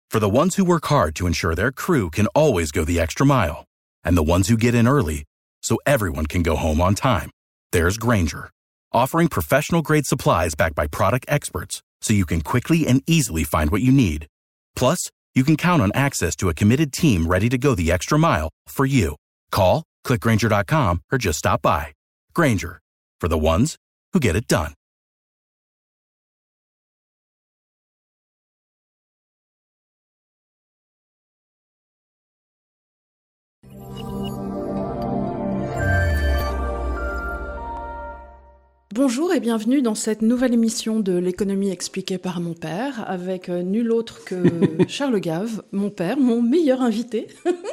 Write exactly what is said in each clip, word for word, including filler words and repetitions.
For the ones who work hard to ensure their crew can always go the extra mile, and the ones who get in early so everyone can go home on time, there's Grainger, offering professional-grade supplies backed by product experts so you can quickly and easily find what you need. Plus, you can count on access to a committed team ready to go the extra mile for you. Call, click Grainger dot com, or just stop by. Grainger, for the ones who get it done. Bonjour et bienvenue dans cette nouvelle émission de l'économie expliquée par mon père, avec euh, nul autre que Charles Gave, mon père, mon meilleur invité.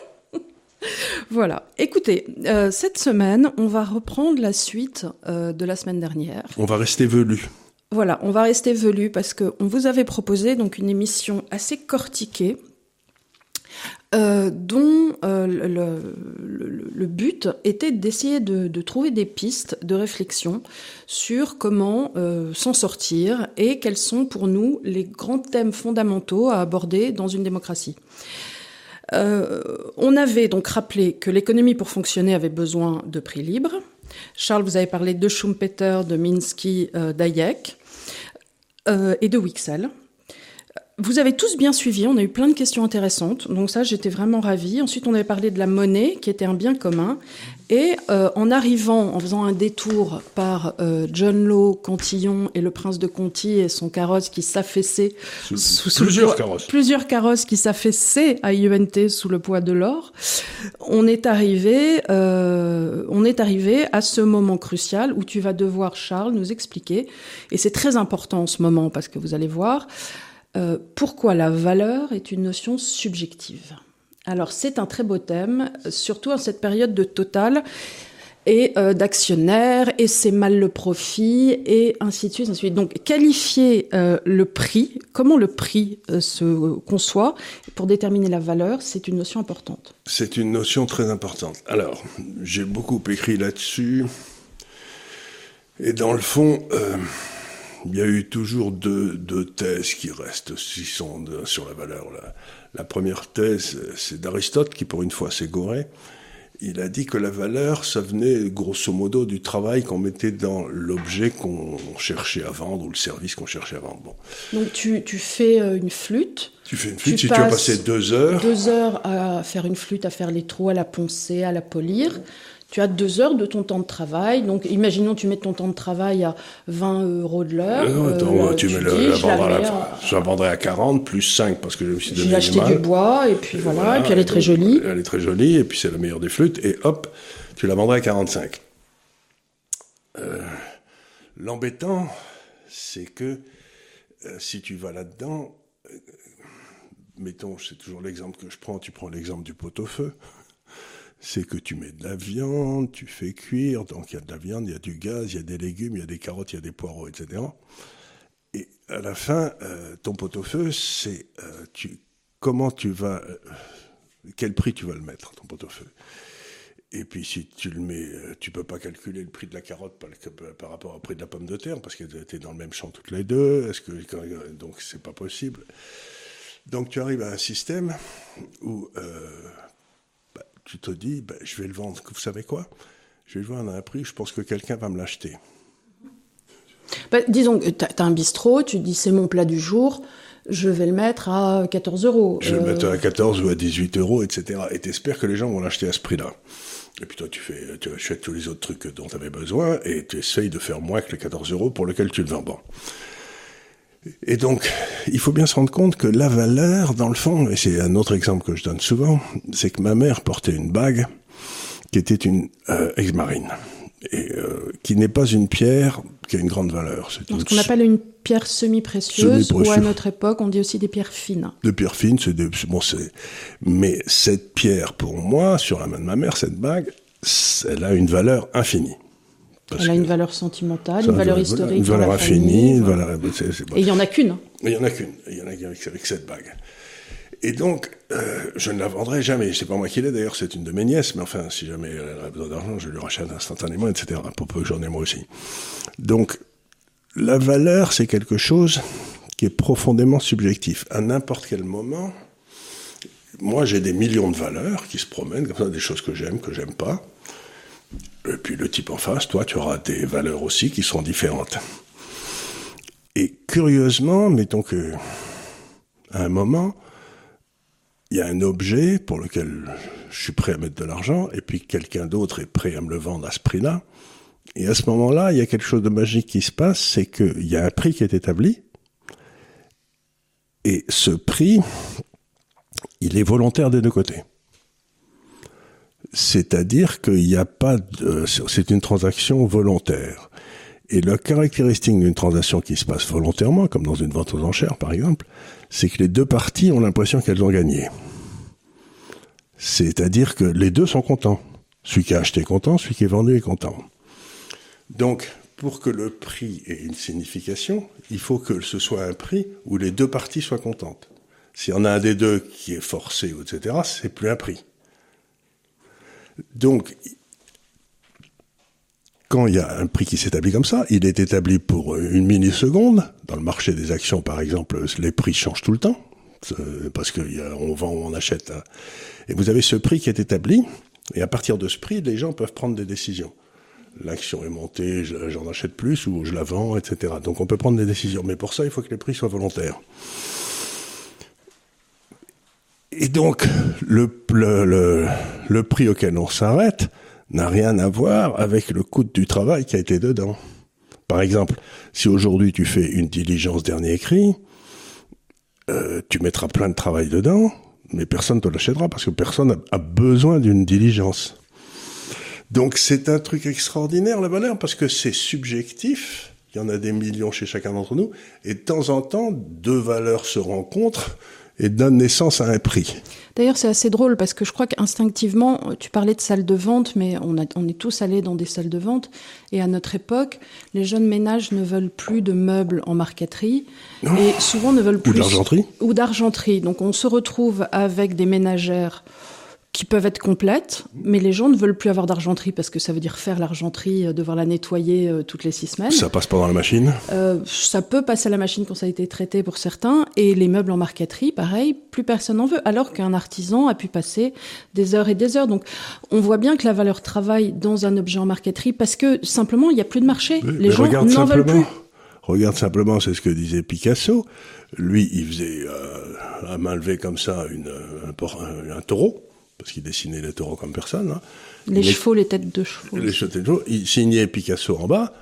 Voilà. Écoutez, euh, cette semaine, on va reprendre la suite euh, de la semaine dernière. On va rester velu. Voilà, on va rester velu parce qu'on vous avait proposé donc une émission assez cortiquée, Euh, dont euh, le, le, le but était d'essayer de, de trouver des pistes de réflexion sur comment euh, s'en sortir et quels sont pour nous les grands thèmes fondamentaux à aborder dans une démocratie. Euh, on avait donc rappelé que l'économie pour fonctionner avait besoin de prix libres. Charles, vous avez parlé de Schumpeter, de Minsky, euh, d'Hayek euh, et de Wicksell. Vous avez tous bien suivi, on a eu plein de questions intéressantes, donc ça j'étais vraiment ravie. Ensuite on avait parlé de la monnaie qui était un bien commun, et euh, en arrivant, en faisant un détour par euh, John Law, Cantillon et le prince de Conti et son carrosse qui s'affaissait sous, sous, sous plusieurs le poids, carrosses, plusieurs carrosses qui s'affaissaient à I E N T sous le poids de l'or, on est arrivé, euh, on est arrivé à ce moment crucial où tu vas devoir, Charles, nous expliquer, et c'est très important en ce moment parce que vous allez voir. Euh, pourquoi la valeur est une notion subjective. Alors c'est un très beau thème, surtout en cette période de Total et euh, d'actionnaires, et c'est mal le profit, et ainsi de suite, ainsi de suite. Donc qualifier euh, le prix, comment le prix euh, se conçoit pour déterminer la valeur, c'est une notion importante. C'est une notion très importante. Alors, j'ai beaucoup écrit là-dessus, et dans le fond... Euh il y a eu toujours deux, deux thèses qui restent, qui sont de, sur la valeur. La, la première thèse, c'est d'Aristote, qui pour une fois s'est gouré. Il a dit que la valeur, ça venait grosso modo du travail qu'on mettait dans l'objet qu'on cherchait à vendre, ou le service qu'on cherchait à vendre. Bon. Donc tu, tu fais une flûte. Tu fais une flûte, tu si tu as passé deux heures. Deux heures à faire une flûte, à faire les trous, à la poncer, à la polir. Tu as deux heures de ton temps de travail. Donc, imaginons tu mets ton temps de travail à vingt euros de l'heure. Euh, attends, euh, tu, tu mets dis, le, la je vendre la à la, à... je la vendrai à quarante, plus cinq, parce que je me suis donné J'ai acheté mal. du bois, et puis voilà, voilà, et puis elle est très jolie. Elle est très jolie, et puis c'est la meilleure des flûtes, et hop, tu la vendrais à quarante-cinq. Euh, l'embêtant, c'est que euh, si tu vas là-dedans, euh, mettons, c'est toujours l'exemple que je prends, tu prends l'exemple du pot-au-feu. C'est que tu mets de la viande, tu fais cuire, donc il y a de la viande, il y a du gaz, il y a des légumes, il y a des carottes, il y a des poireaux, et cetera. Et à la fin, euh, ton pot-au-feu, c'est euh, tu, comment tu vas, euh, quel prix tu vas le mettre, ton pot-au-feu. Et puis si tu le mets, euh, tu peux pas calculer le prix de la carotte par, par rapport au prix de la pomme de terre, parce qu'elles étaient dans le même champ toutes les deux, est-ce que, donc c'est pas possible. Donc tu arrives à un système où... Euh, tu te dis, ben, je vais le vendre, vous savez quoi ? Je vais le vendre à un prix, je pense que quelqu'un va me l'acheter. Ben, disons que tu as un bistrot, tu dis c'est mon plat du jour, je vais le mettre à quatorze euros. Je vais euh... le mettre à quatorze ou à dix-huit euros, et cetera. Et tu espères que les gens vont l'acheter à ce prix-là. Et puis toi, tu fais, tu achètes tous les autres trucs dont tu avais besoin, et tu essayes de faire moins que les quatorze euros pour lesquels tu le vends. Bon. Et donc, il faut bien se rendre compte que la valeur, dans le fond, et c'est un autre exemple que je donne souvent, c'est que ma mère portait une bague qui était une euh, ex-marine, et euh, qui n'est pas une pierre qui a une grande valeur. C'est ce qu'on appelle une pierre semi-précieuse, ou à notre époque, on dit aussi des pierres fines. Des pierres fines, c'est des, bon, c'est, mais cette pierre, pour moi, sur la main de ma mère, cette bague, elle a une valeur infinie. Parce elle a une valeur sentimentale, une valeur historique. Une valeur infinie. Une valeur... C'est, c'est Et il n'y en a qu'une. Il n'y en a qu'une. Il y en a qu'une avec, avec cette bague. Et donc, euh, je ne la vendrai jamais. C'est pas moi qui l'ai, d'ailleurs, c'est une de mes nièces. Mais enfin, si jamais elle a besoin d'argent, je lui rachète instantanément, et cetera. Pour peu que j'en ai moi aussi. Donc, la valeur, c'est quelque chose qui est profondément subjectif. À n'importe quel moment, moi, j'ai des millions de valeurs qui se promènent, comme ça, des choses que j'aime, que j'aime pas. Et puis le type en face, toi, tu auras des valeurs aussi qui seront différentes. Et curieusement, mettons que, à un moment, il y a un objet pour lequel je suis prêt à mettre de l'argent, et puis quelqu'un d'autre est prêt à me le vendre à ce prix-là. Et à ce moment-là, il y a quelque chose de magique qui se passe, c'est qu'il y a un prix qui est établi, et ce prix, il est volontaire des deux côtés. C'est-à-dire qu'il n'y a pas de, c'est une transaction volontaire. Et la caractéristique d'une transaction qui se passe volontairement, comme dans une vente aux enchères par exemple, c'est que les deux parties ont l'impression qu'elles ont gagné. C'est-à-dire que les deux sont contents. Celui qui a acheté est content, celui qui est vendu est content. Donc, pour que le prix ait une signification, il faut que ce soit un prix où les deux parties soient contentes. S'il y en a un des deux qui est forcé, et cetera, c'est plus un prix. Donc, quand il y a un prix qui s'établit comme ça, il est établi pour une milliseconde. Dans le marché des actions, par exemple, les prix changent tout le temps, parce qu'on vend ou on achète. Et vous avez ce prix qui est établi, et à partir de ce prix, les gens peuvent prendre des décisions. L'action est montée, j'en achète plus, ou je la vends, et cetera. Donc on peut prendre des décisions. Mais pour ça, il faut que les prix soient volontaires. Et donc, le, le, le, le prix auquel on s'arrête n'a rien à voir avec le coût du travail qui a été dedans. Par exemple, si aujourd'hui tu fais une diligence dernier cri, euh, tu mettras plein de travail dedans, mais personne ne te l'achètera parce que personne a, a besoin d'une diligence. Donc c'est un truc extraordinaire, la valeur, parce que c'est subjectif. Il y en a des millions chez chacun d'entre nous. Et de temps en temps, deux valeurs se rencontrent et donnent naissance à un prix. D'ailleurs, c'est assez drôle parce que je crois qu'instinctivement, tu parlais de salles de vente, mais on, a, on est tous allés dans des salles de vente. Et à notre époque, les jeunes ménages ne veulent plus de meubles en marqueterie. Non. Et souvent ne veulent plus... Ou d'argenterie. Ou d'argenterie. Donc on se retrouve avec des ménagères qui peuvent être complètes, mais les gens ne veulent plus avoir d'argenterie parce que ça veut dire faire l'argenterie, devoir la nettoyer euh, toutes les six semaines. Ça passe pas dans la machine. Euh, ça peut passer à la machine quand ça a été traité pour certains, et les meubles en marqueterie, pareil, plus personne n'en veut, alors qu'un artisan a pu passer des heures et des heures. Donc on voit bien que la valeur travaille dans un objet en marqueterie parce que simplement il n'y a plus de marché. Oui, les gens n'en veulent plus. Regarde simplement, c'est ce que disait Picasso. Lui, il faisait euh, à main levée comme ça une, un, un, un taureau. Parce qu'il dessinait les taureaux comme personne. Hein. Les il chevaux, est... les têtes de chevaux. Les chevaux, têtes de chevaux. Il signait Picasso en bas,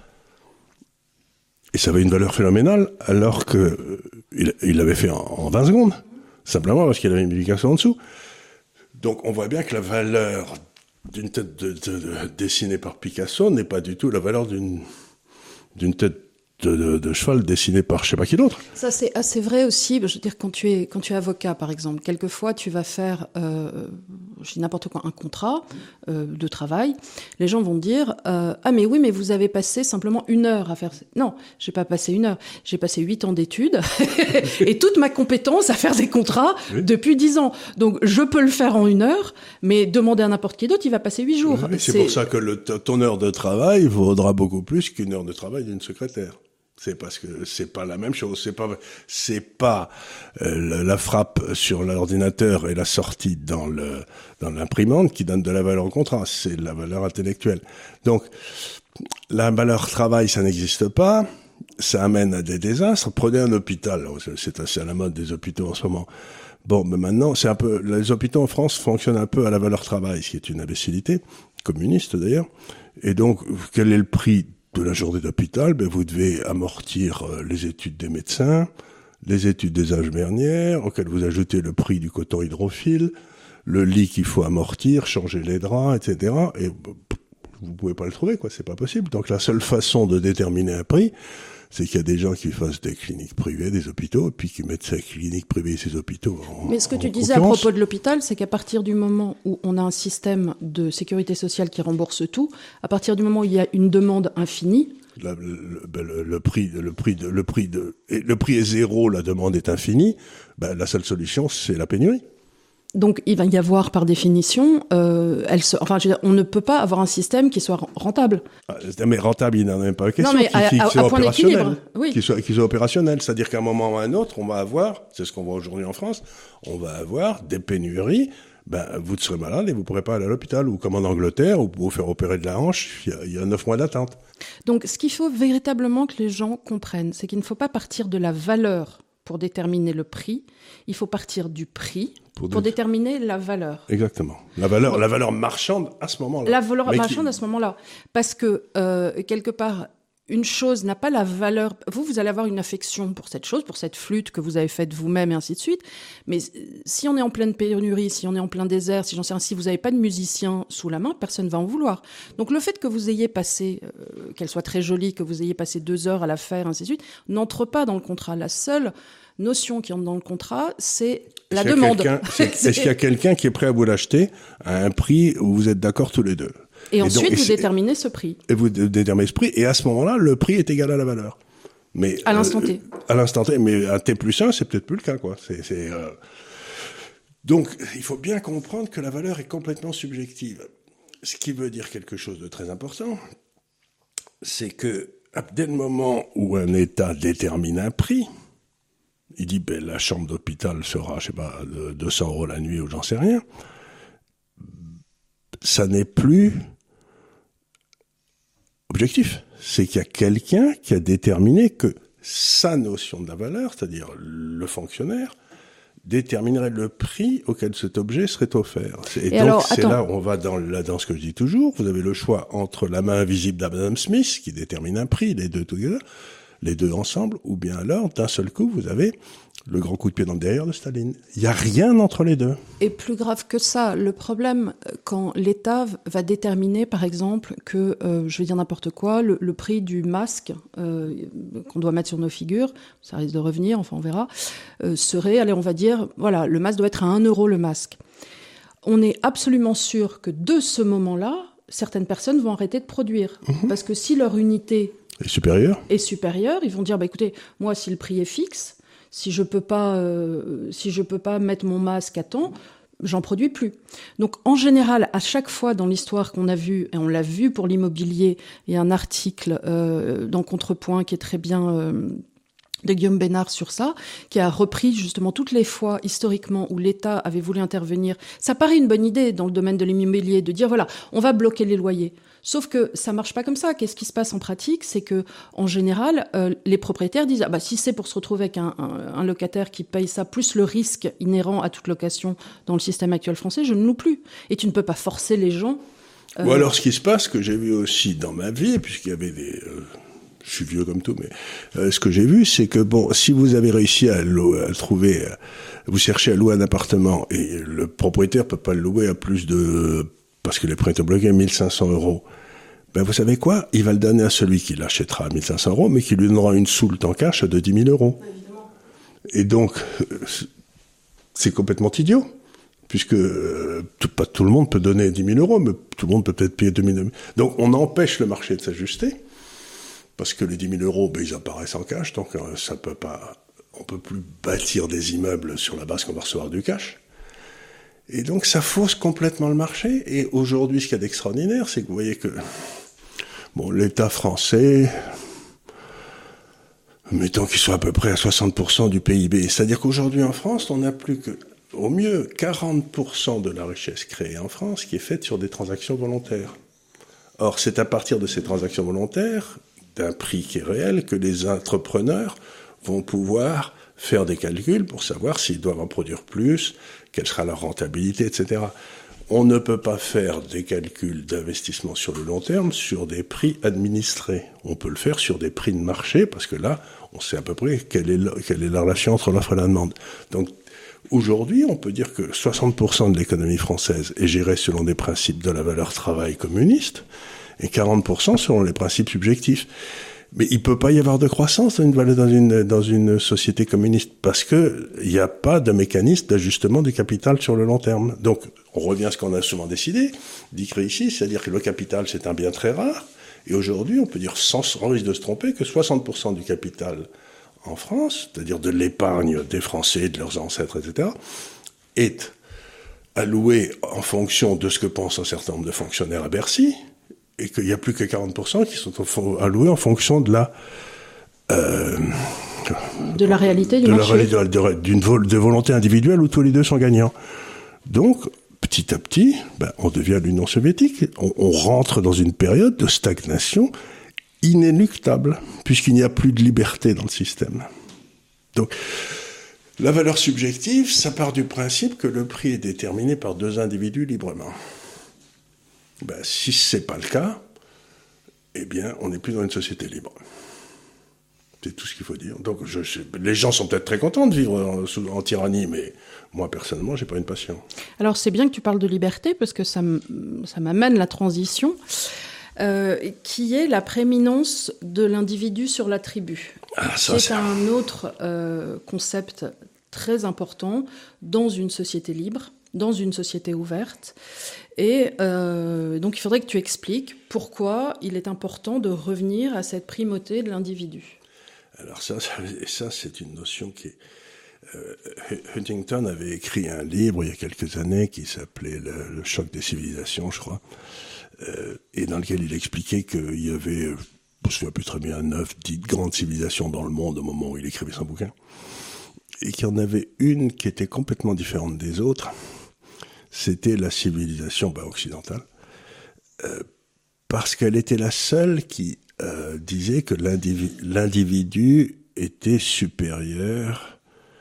et ça avait une valeur phénoménale, alors que euh, il, il l'avait fait en, en vingt secondes, simplement parce qu'il avait mis Picasso en dessous. Donc on voit bien que la valeur d'une tête de, de, de, dessinée par Picasso n'est pas du tout la valeur d'une, d'une tête De, de, de cheval dessiné par je sais pas qui d'autre. Ça c'est assez vrai aussi. Je veux dire, quand tu es quand tu es avocat par exemple, quelquefois tu vas faire, euh, je dis n'importe quoi, un contrat euh, de travail. Les gens vont dire euh, ah mais oui mais vous avez passé simplement une heure à faire. Non, j'ai pas passé une heure. J'ai passé huit ans d'études et toute ma compétence à faire des contrats oui. depuis dix ans. Donc je peux le faire en une heure, mais demander à n'importe qui d'autre, il va passer huit jours. Oui, c'est, c'est pour ça que le, ton heure de travail vaudra beaucoup plus qu'une heure de travail d'une secrétaire. C'est parce que c'est pas la même chose. C'est pas, c'est pas euh, la frappe sur l'ordinateur et la sortie dans le dans l'imprimante qui donne de la valeur au contrat. C'est la valeur intellectuelle. Donc la valeur travail, ça n'existe pas. Ça amène à des désastres. Prenez un hôpital. C'est assez à la mode des hôpitaux en ce moment. Bon, mais maintenant, c'est un peu, les hôpitaux en France fonctionnent un peu à la valeur travail, ce qui est une imbécilité, communiste d'ailleurs. Et donc, quel est le prix de la journée d'hôpital? Ben, vous devez amortir les études des médecins, les études des infirmières, auxquelles vous ajoutez le prix du coton hydrophile, le lit qu'il faut amortir, changer les draps, et cetera. Et vous pouvez pas le trouver, quoi. C'est pas possible. Donc, la seule façon de déterminer un prix, c'est qu'il y a des gens qui fassent des cliniques privées, des hôpitaux, et puis qui mettent ces cliniques privées et ces hôpitaux en Mais ce que tu disais à propos de l'hôpital, c'est qu'à partir du moment où on a un système de sécurité sociale qui rembourse tout, à partir du moment où il y a une demande infinie... La, le, le, le prix, le prix de, le prix de, et le prix est zéro, la demande est infinie, ben, la seule solution, c'est la pénurie. Donc, il va y avoir, par définition, euh, elle se, enfin, je veux dire, on ne peut pas avoir un système qui soit rentable. Ah, mais rentable, il n'en a même pas question. Non, mais qui, à, qui, à, qui soit à point d'équilibre, oui. Qui soit, qui soit opérationnel. C'est-à-dire qu'à un moment ou à un autre, on va avoir, c'est ce qu'on voit aujourd'hui en France, on va avoir des pénuries. Ben, vous serez malade et vous ne pourrez pas aller à l'hôpital. Ou comme en Angleterre, où vous vous faire opérer de la hanche, il y a, il y a neuf mois d'attente. Donc, ce qu'il faut véritablement que les gens comprennent, c'est qu'il ne faut pas partir de la valeur pour déterminer le prix, il faut partir du prix pour, pour dé... déterminer la valeur. Exactement. La valeur, Donc, la valeur marchande à ce moment-là. La valeur Mais marchande qui... à ce moment-là. Parce que, euh, quelque part, une chose n'a pas la valeur... Vous, vous allez avoir une affection pour cette chose, pour cette flûte que vous avez faite vous-même, et ainsi de suite. Mais si on est en pleine pénurie, si on est en plein désert, si j'en sais rien, si vous n'avez pas de musicien sous la main, personne ne va en vouloir. Donc le fait que vous ayez passé, euh, qu'elle soit très jolie, que vous ayez passé deux heures à la faire, ainsi de suite, n'entre pas dans le contrat. La seule notion qui entre dans le contrat, c'est la est-ce demande. C'est, c'est... Est-ce qu'il y a quelqu'un qui est prêt à vous l'acheter à un prix où vous êtes d'accord tous les deux ? Et, et ensuite, donc, vous et déterminez ce prix. Et vous déterminez ce prix, et à ce moment-là, le prix est égal à la valeur. Mais à l'instant T. Euh, à l'instant T, mais à T plus un, c'est peut-être plus le cas, quoi. C'est, c'est, euh... Donc, il faut bien comprendre que la valeur est complètement subjective. Ce qui veut dire quelque chose de très important, c'est que dès le moment où un État détermine un prix, il dit, ben, la chambre d'hôpital sera, je sais pas, de deux cents euros la nuit ou j'en sais rien. Ça n'est plus objectif. C'est qu'il y a quelqu'un qui a déterminé que sa notion de la valeur, c'est-à-dire le fonctionnaire, déterminerait le prix auquel cet objet serait offert. Et, et donc, alors, c'est attends. là où on va dans, là, dans ce que je dis toujours. Vous avez le choix entre la main invisible d'Adam Smith, qui détermine un prix, les deux together, les deux ensemble, ou bien alors, d'un seul coup, vous avez le grand coup de pied dans le derrière de Staline. Il n'y a rien entre les deux. Et plus grave que ça, le problème, quand l'État va déterminer, par exemple, que, euh, je vais dire n'importe quoi, le, le prix du masque euh, qu'on doit mettre sur nos figures, ça risque de revenir, enfin on verra, euh, serait, allez, on va dire, voilà, le masque doit être à un euro le masque. On est absolument sûr que de ce moment-là, certaines personnes vont arrêter de produire. Mmh. Parce que si leur unité est supérieure, est supérieure, ils vont dire, bah, écoutez, moi, si le prix est fixe, si je peux pas, euh, si je peux pas mettre mon masque à temps, j'en produis plus. Donc, en général, à chaque fois dans l'histoire qu'on a vue, et on l'a vu pour l'immobilier, il y a un article euh, dans Contrepoint qui est très bien euh, de Guillaume Bénard sur ça, qui a repris justement toutes les fois historiquement où l'État avait voulu intervenir. Ça paraît une bonne idée dans le domaine de l'immobilier de dire voilà, on va bloquer les loyers. Sauf que ça marche pas comme ça. Qu'est-ce qui se passe en pratique ? C'est que, en général, euh, les propriétaires disent ah bah si c'est pour se retrouver avec un, un, un locataire qui paye ça plus le risque inhérent à toute location dans le système actuel français, je ne loue plus. Et tu ne peux pas forcer les gens. Euh... Ou alors ce qui se passe, que j'ai vu aussi dans ma vie, puisqu'il y avait des, euh, je suis vieux comme tout, mais euh, ce que j'ai vu, c'est que bon, si vous avez réussi à, à trouver, à, vous cherchez à louer un appartement et le propriétaire peut pas le louer à plus de parce que les prêts étaient bloqués à mille cinq cents euros. Ben, vous savez quoi? Il va le donner à celui qui l'achètera à mille cinq cents euros, mais qui lui donnera une soulte en cash de dix mille euros. Évidemment. Et donc, c'est complètement idiot. Puisque, euh, tout, pas tout le monde peut donner dix mille euros, mais tout le monde peut peut-être payer deux mille euros. Donc, on empêche le marché de s'ajuster. Parce que les dix mille euros, ben, ils apparaissent en cash. Donc, euh, ça peut pas, on peut plus bâtir des immeubles sur la base qu'on va recevoir du cash. Et donc, ça fausse complètement le marché. Et aujourd'hui, ce qu'il y a d'extraordinaire, c'est que vous voyez que, bon, l'État français, mettons qu'il soit à peu près à soixante pour cent du P I B. C'est-à-dire qu'aujourd'hui, en France, on n'a plus que, au mieux, quarante pour cent de la richesse créée en France qui est faite sur des transactions volontaires. Or, c'est à partir de ces transactions volontaires, d'un prix qui est réel, que les entrepreneurs vont pouvoir faire des calculs pour savoir s'ils doivent en produire plus, quelle sera leur rentabilité, et cetera. On ne peut pas faire des calculs d'investissement sur le long terme sur des prix administrés. On peut le faire sur des prix de marché, parce que là, on sait à peu près quelle est, le, quelle est la relation entre l'offre et la demande. Donc, aujourd'hui, on peut dire que soixante pour cent de l'économie française est gérée selon des principes de la valeur travail communiste, et quarante pour cent selon les principes subjectifs. Mais il peut pas y avoir de croissance dans une, dans une, dans une société communiste parce que il n'y a pas de mécanisme d'ajustement du capital sur le long terme. Donc, on revient à ce qu'on a souvent décidé, d'écrire ici, c'est-à-dire que le capital, c'est un bien très rare. Et aujourd'hui, on peut dire, sans, sans risque de se tromper, que soixante pour cent du capital en France, c'est-à-dire de l'épargne des Français, de leurs ancêtres, et cetera, est alloués en fonction de ce que pensent un certain nombre de fonctionnaires à Bercy, et qu'il n'y a plus que quarante pour cent qui sont alloués en fonction de la... Euh, de la réalité du de marché. La, de, de, d'une vol, de volonté individuelle où tous les deux sont gagnants. Donc, petit à petit, ben, on devient l'Union soviétique. On, on rentre dans une période de stagnation inéluctable, puisqu'il n'y a plus de liberté dans le système. Donc, la valeur subjective, ça part du principe que le prix est déterminé par deux individus librement. Ben, si ce n'est pas le cas, eh bien, on n'est plus dans une société libre. C'est tout ce qu'il faut dire. Donc, je, je, les gens sont peut-être très contents de vivre en, en tyrannie, mais moi, personnellement, j'ai pas une passion. Alors, c'est bien que tu parles de liberté, parce que ça, m- ça m'amène la transition, euh, qui est la prééminence de l'individu sur la tribu. Ah, ça, c'est, c'est un autre euh, concept très important dans une société libre, dans une société ouverte. Et euh, donc, il faudrait que tu expliques pourquoi il est important de revenir à cette primauté de l'individu. Alors ça, ça, ça, c'est une notion qui est... Euh, Huntington avait écrit un livre il y a quelques années qui s'appelait le, le choc des civilisations, je crois, euh, et dans lequel il expliquait qu'il y avait, je me souviens plus très bien, neuf, dix grandes civilisations dans le monde au moment où il écrivait son bouquin, et qu'il y en avait une qui était complètement différente des autres. C'était la civilisation bah, occidentale, euh, parce qu'elle était la seule qui Euh, disait que l'individu, l'individu était supérieur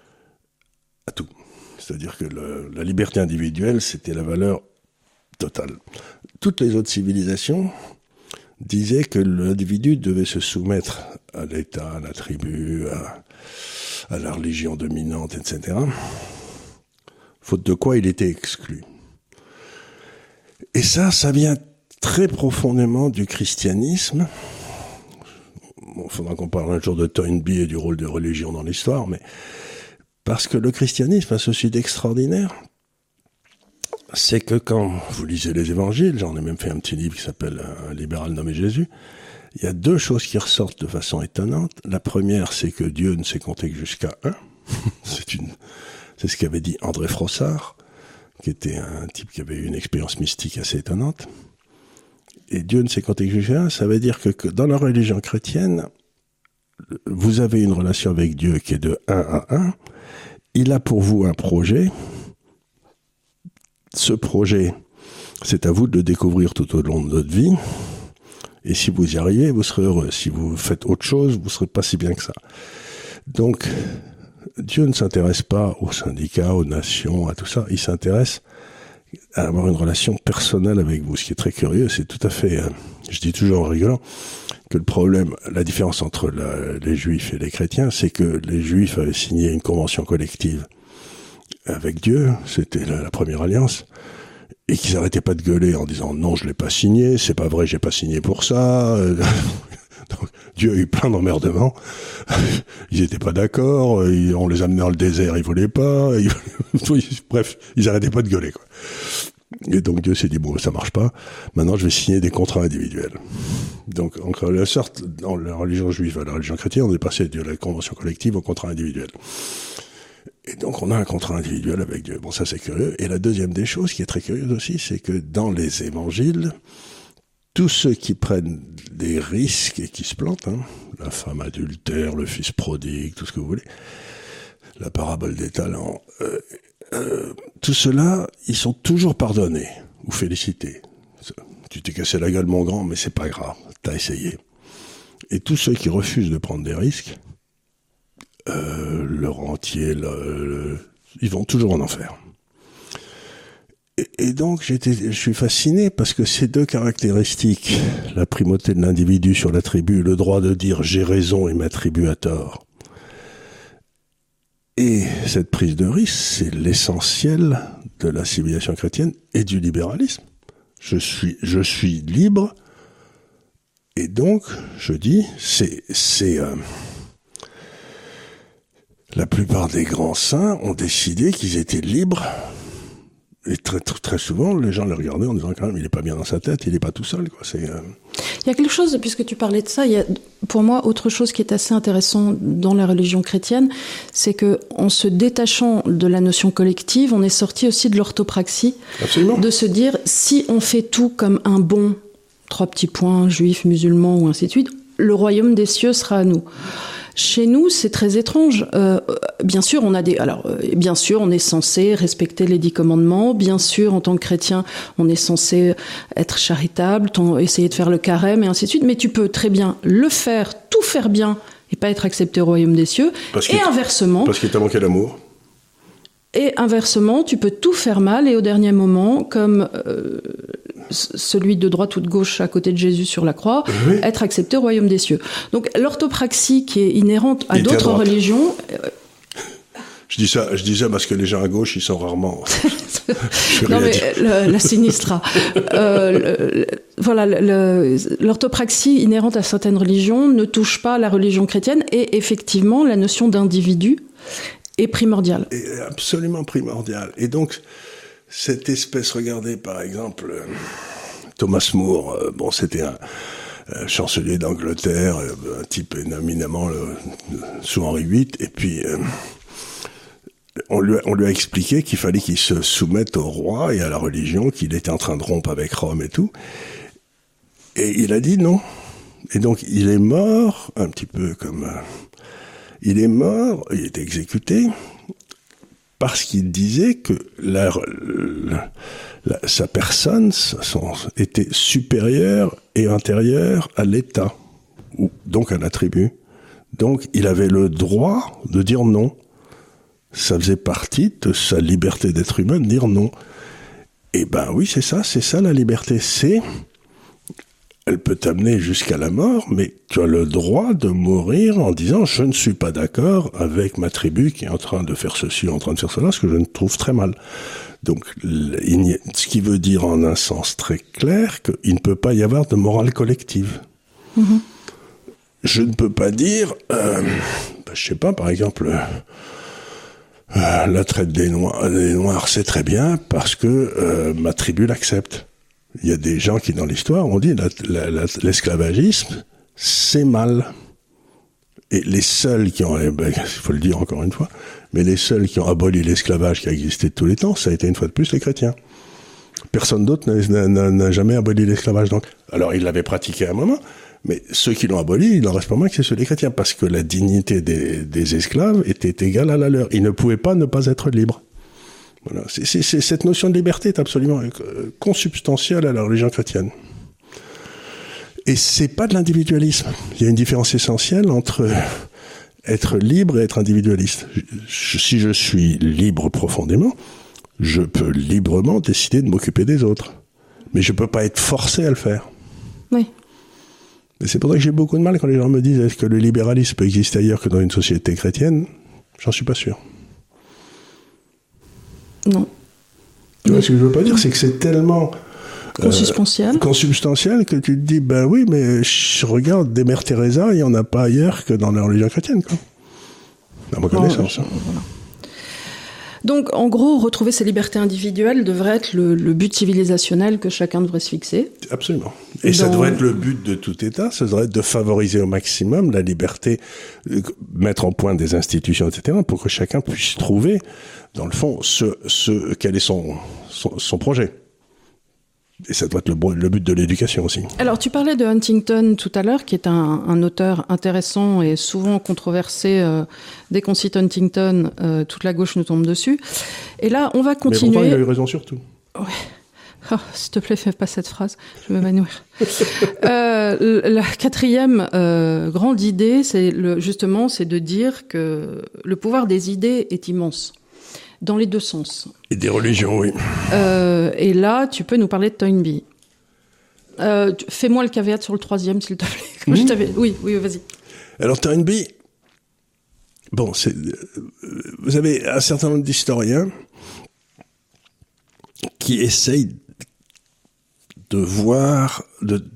à tout. C'est-à-dire que le, la liberté individuelle, c'était la valeur totale. Toutes les autres civilisations disaient que l'individu devait se soumettre à l'État, à la tribu, à, à la religion dominante, et cetera. Faute de quoi il était exclu. Et ça, ça vient très profondément du christianisme. Bon, il faudra qu'on parle un jour de Toynbee et du rôle de religion dans l'histoire, mais parce que le christianisme a ceci d'extraordinaire, c'est que quand vous lisez les évangiles, j'en ai même fait un petit livre qui s'appelle Un libéral nommé Jésus, il y a deux choses qui ressortent de façon étonnante. La première, c'est que Dieu ne sait compter que jusqu'à un. c'est, une, c'est ce qu'avait dit André Frossard, qui était un type qui avait eu une expérience mystique assez étonnante. Et Dieu ne sait compter que jusqu'à un, ça veut dire que, que dans la religion chrétienne, vous avez une relation avec Dieu qui est de un à un. Il a pour vous un projet. Ce projet, c'est à vous de le découvrir tout au long de votre vie. Et si vous y arrivez, vous serez heureux. Si vous faites autre chose, vous ne serez pas si bien que ça. Donc, Dieu ne s'intéresse pas aux syndicats, aux nations, à tout ça. Il s'intéresse à avoir une relation personnelle avec vous. Ce qui est très curieux, c'est tout à fait, euh, je dis toujours en rigolant, que le problème, la différence entre la, les juifs et les chrétiens, c'est que les juifs avaient signé une convention collective avec Dieu, c'était la, la première alliance, et qu'ils n'arrêtaient pas de gueuler en disant non, je l'ai pas signé, c'est pas vrai, j'ai pas signé pour ça. Donc, Dieu a eu plein d'emmerdements. Ils étaient pas d'accord, on les amenait dans le désert, ils voulaient pas. Ils... Bref, ils arrêtaient pas de gueuler, quoi. Et donc Dieu s'est dit bon, ça marche pas. Maintenant, je vais signer des contrats individuels. Donc, en quelque sorte, dans la religion juive à la religion chrétienne, on est passé de la convention collective au contrat individuel. Et donc, on a un contrat individuel avec Dieu. Bon, ça, c'est curieux. Et la deuxième des choses qui est très curieuse aussi, c'est que dans les évangiles, tous ceux qui prennent des risques et qui se plantent, hein, la femme adultère, le fils prodigue, tout ce que vous voulez, la parabole des talents, euh, euh, tout cela, ils sont toujours pardonnés ou félicités. Tu t'es cassé la gueule, mon grand, mais c'est pas grave, t'as essayé. Et tous ceux qui refusent de prendre des risques, euh, le rentier, le, le, ils vont toujours en enfer. Et, et donc, j'étais, je suis fasciné parce que ces deux caractéristiques, la primauté de l'individu sur la tribu, le droit de dire j'ai raison et ma tribu a tort, et cette prise de risque, c'est l'essentiel de la civilisation chrétienne et du libéralisme. Je suis, je suis libre, et donc, je dis, c'est, c'est, euh, la plupart des grands saints ont décidé qu'ils étaient libres et très, très, très souvent, les gens le regardaient en disant quand même, il est pas bien dans sa tête, il est pas tout seul, quoi. C'est, euh... Il y a quelque chose, puisque tu parlais de ça, il y a, pour moi, autre chose qui est assez intéressant dans la religion chrétienne, c'est que, en se détachant de la notion collective, on est sorti aussi de l'orthopraxie. Absolument. De se dire, si on fait tout comme un bon, trois petits points, juif, musulman, ou ainsi de suite, le royaume des cieux sera à nous. Chez nous, c'est très étrange. Euh, bien sûr, on a des. Alors, euh, bien sûr, on est censé respecter les dix commandements. Bien sûr, en tant que chrétien, on est censé être charitable, ton, essayer de faire le carême et ainsi de suite. Mais tu peux très bien le faire, tout faire bien, et pas être accepté au royaume des cieux. Parce et inversement. Parce qu'il t'a manqué l'amour. Et inversement, tu peux tout faire mal et au dernier moment, comme euh, celui de droite ou de gauche à côté de Jésus sur la croix, oui. être accepté au royaume des cieux. Donc l'orthopraxie qui est inhérente à d'autres à religions... Euh, je dis ça, je dis ça parce que les gens à gauche, ils sont rarement... non mais le, la sinistra. euh, le, le, voilà, le, l'orthopraxie inhérente à certaines religions ne touche pas la religion chrétienne et effectivement la notion d'individu est primordial. Est absolument primordial. Et donc, cette espèce, regardez par exemple, euh, Thomas More, euh, bon, c'était un euh, chancelier d'Angleterre, euh, un type éminemment euh, sous Henri huit, et puis euh, on, lui a, on lui a expliqué qu'il fallait qu'il se soumette au roi et à la religion, qu'il était en train de rompre avec Rome et tout. Et il a dit non. Et donc, il est mort, un petit peu comme... Euh, Il est mort, il est exécuté, parce qu'il disait que la, la, la, sa personne son, était supérieure et intérieure à l'État, ou donc à la tribu. Donc il avait le droit de dire non. Ça faisait partie de sa liberté d'être humain de dire non. Et ben oui, c'est ça, c'est ça la liberté, c'est... Elle peut t'amener jusqu'à la mort, mais tu as le droit de mourir en disant « Je ne suis pas d'accord avec ma tribu qui est en train de faire ceci, en train de faire cela, ce que je ne trouve très mal. » Donc, il y a, ce qui veut dire en un sens très clair qu'il ne peut pas y avoir de morale collective. Mm-hmm. Je ne peux pas dire, euh, bah, je sais pas, par exemple, euh, la traite des Noirs, des Noirs, c'est très bien parce que euh, ma tribu l'accepte. Il y a des gens qui, dans l'histoire, ont dit la, la, la, l'esclavagisme, c'est mal. Et les seuls qui ont, ben, il faut le dire encore une fois, mais les seuls qui ont aboli l'esclavage qui a existé de tous les temps, ça a été une fois de plus les chrétiens. Personne d'autre n'a, n'a, n'a jamais aboli l'esclavage. Donc, alors, ils l'avaient pratiqué à un moment, mais ceux qui l'ont aboli, il n'en reste pas moins que c'est ceux des chrétiens, parce que la dignité des, des esclaves était égale à la leur. Ils ne pouvaient pas ne pas être libres. Voilà. C'est, c'est, c'est, cette notion de liberté est absolument consubstantielle à la religion chrétienne. Et c'est pas de l'individualisme. Il y a une différence essentielle entre être libre et être individualiste. Je, si je suis libre profondément, je peux librement décider de m'occuper des autres. Mais je peux pas être forcé à le faire. Oui. Et c'est pour ça que j'ai beaucoup de mal quand les gens me disent est-ce que le libéralisme peut exister ailleurs que dans une société chrétienne ? J'en suis pas sûr. Non. Tu vois, ce que je veux pas dire, c'est que c'est tellement consubstantiel. Euh, consubstantiel que tu te dis, ben oui, mais je regarde des Mères Teresa, il n'y en a pas ailleurs que dans la religion chrétienne, quoi. À ma connaissance. Non, voilà. Donc, en gros, retrouver ses libertés individuelles devrait être le, le but civilisationnel que chacun devrait se fixer. Absolument. Et dans... ça devrait être le but de tout État, ça devrait être de favoriser au maximum la liberté, mettre en point des institutions, et cetera, pour que chacun puisse trouver, dans le fond, ce, ce, quel est son, son, son projet. Et ça doit être le, le but de l'éducation aussi. Alors, tu parlais de Huntington tout à l'heure, qui est un, un auteur intéressant et souvent controversé. Euh, dès qu'on cite Huntington, euh, toute la gauche nous tombe dessus. Et là, on va continuer... Mais pourtant, il a eu raison sur tout. Ouais. Oh, s'il te plaît, fais pas cette phrase, je vais m'évanouir. euh, la quatrième euh, grande idée, c'est le, justement, c'est de dire que le pouvoir des idées est immense. Dans les deux sens. Et des religions, oui. Euh, et là, tu peux nous parler de Toynbee. Euh, fais-moi le caveat sur le troisième, s'il te plaît. Mmh. Je t'avais... Oui, oui, vas-y. Alors, Toynbee, bon, c'est, vous avez un certain nombre d'historiens qui essayent de voir, de,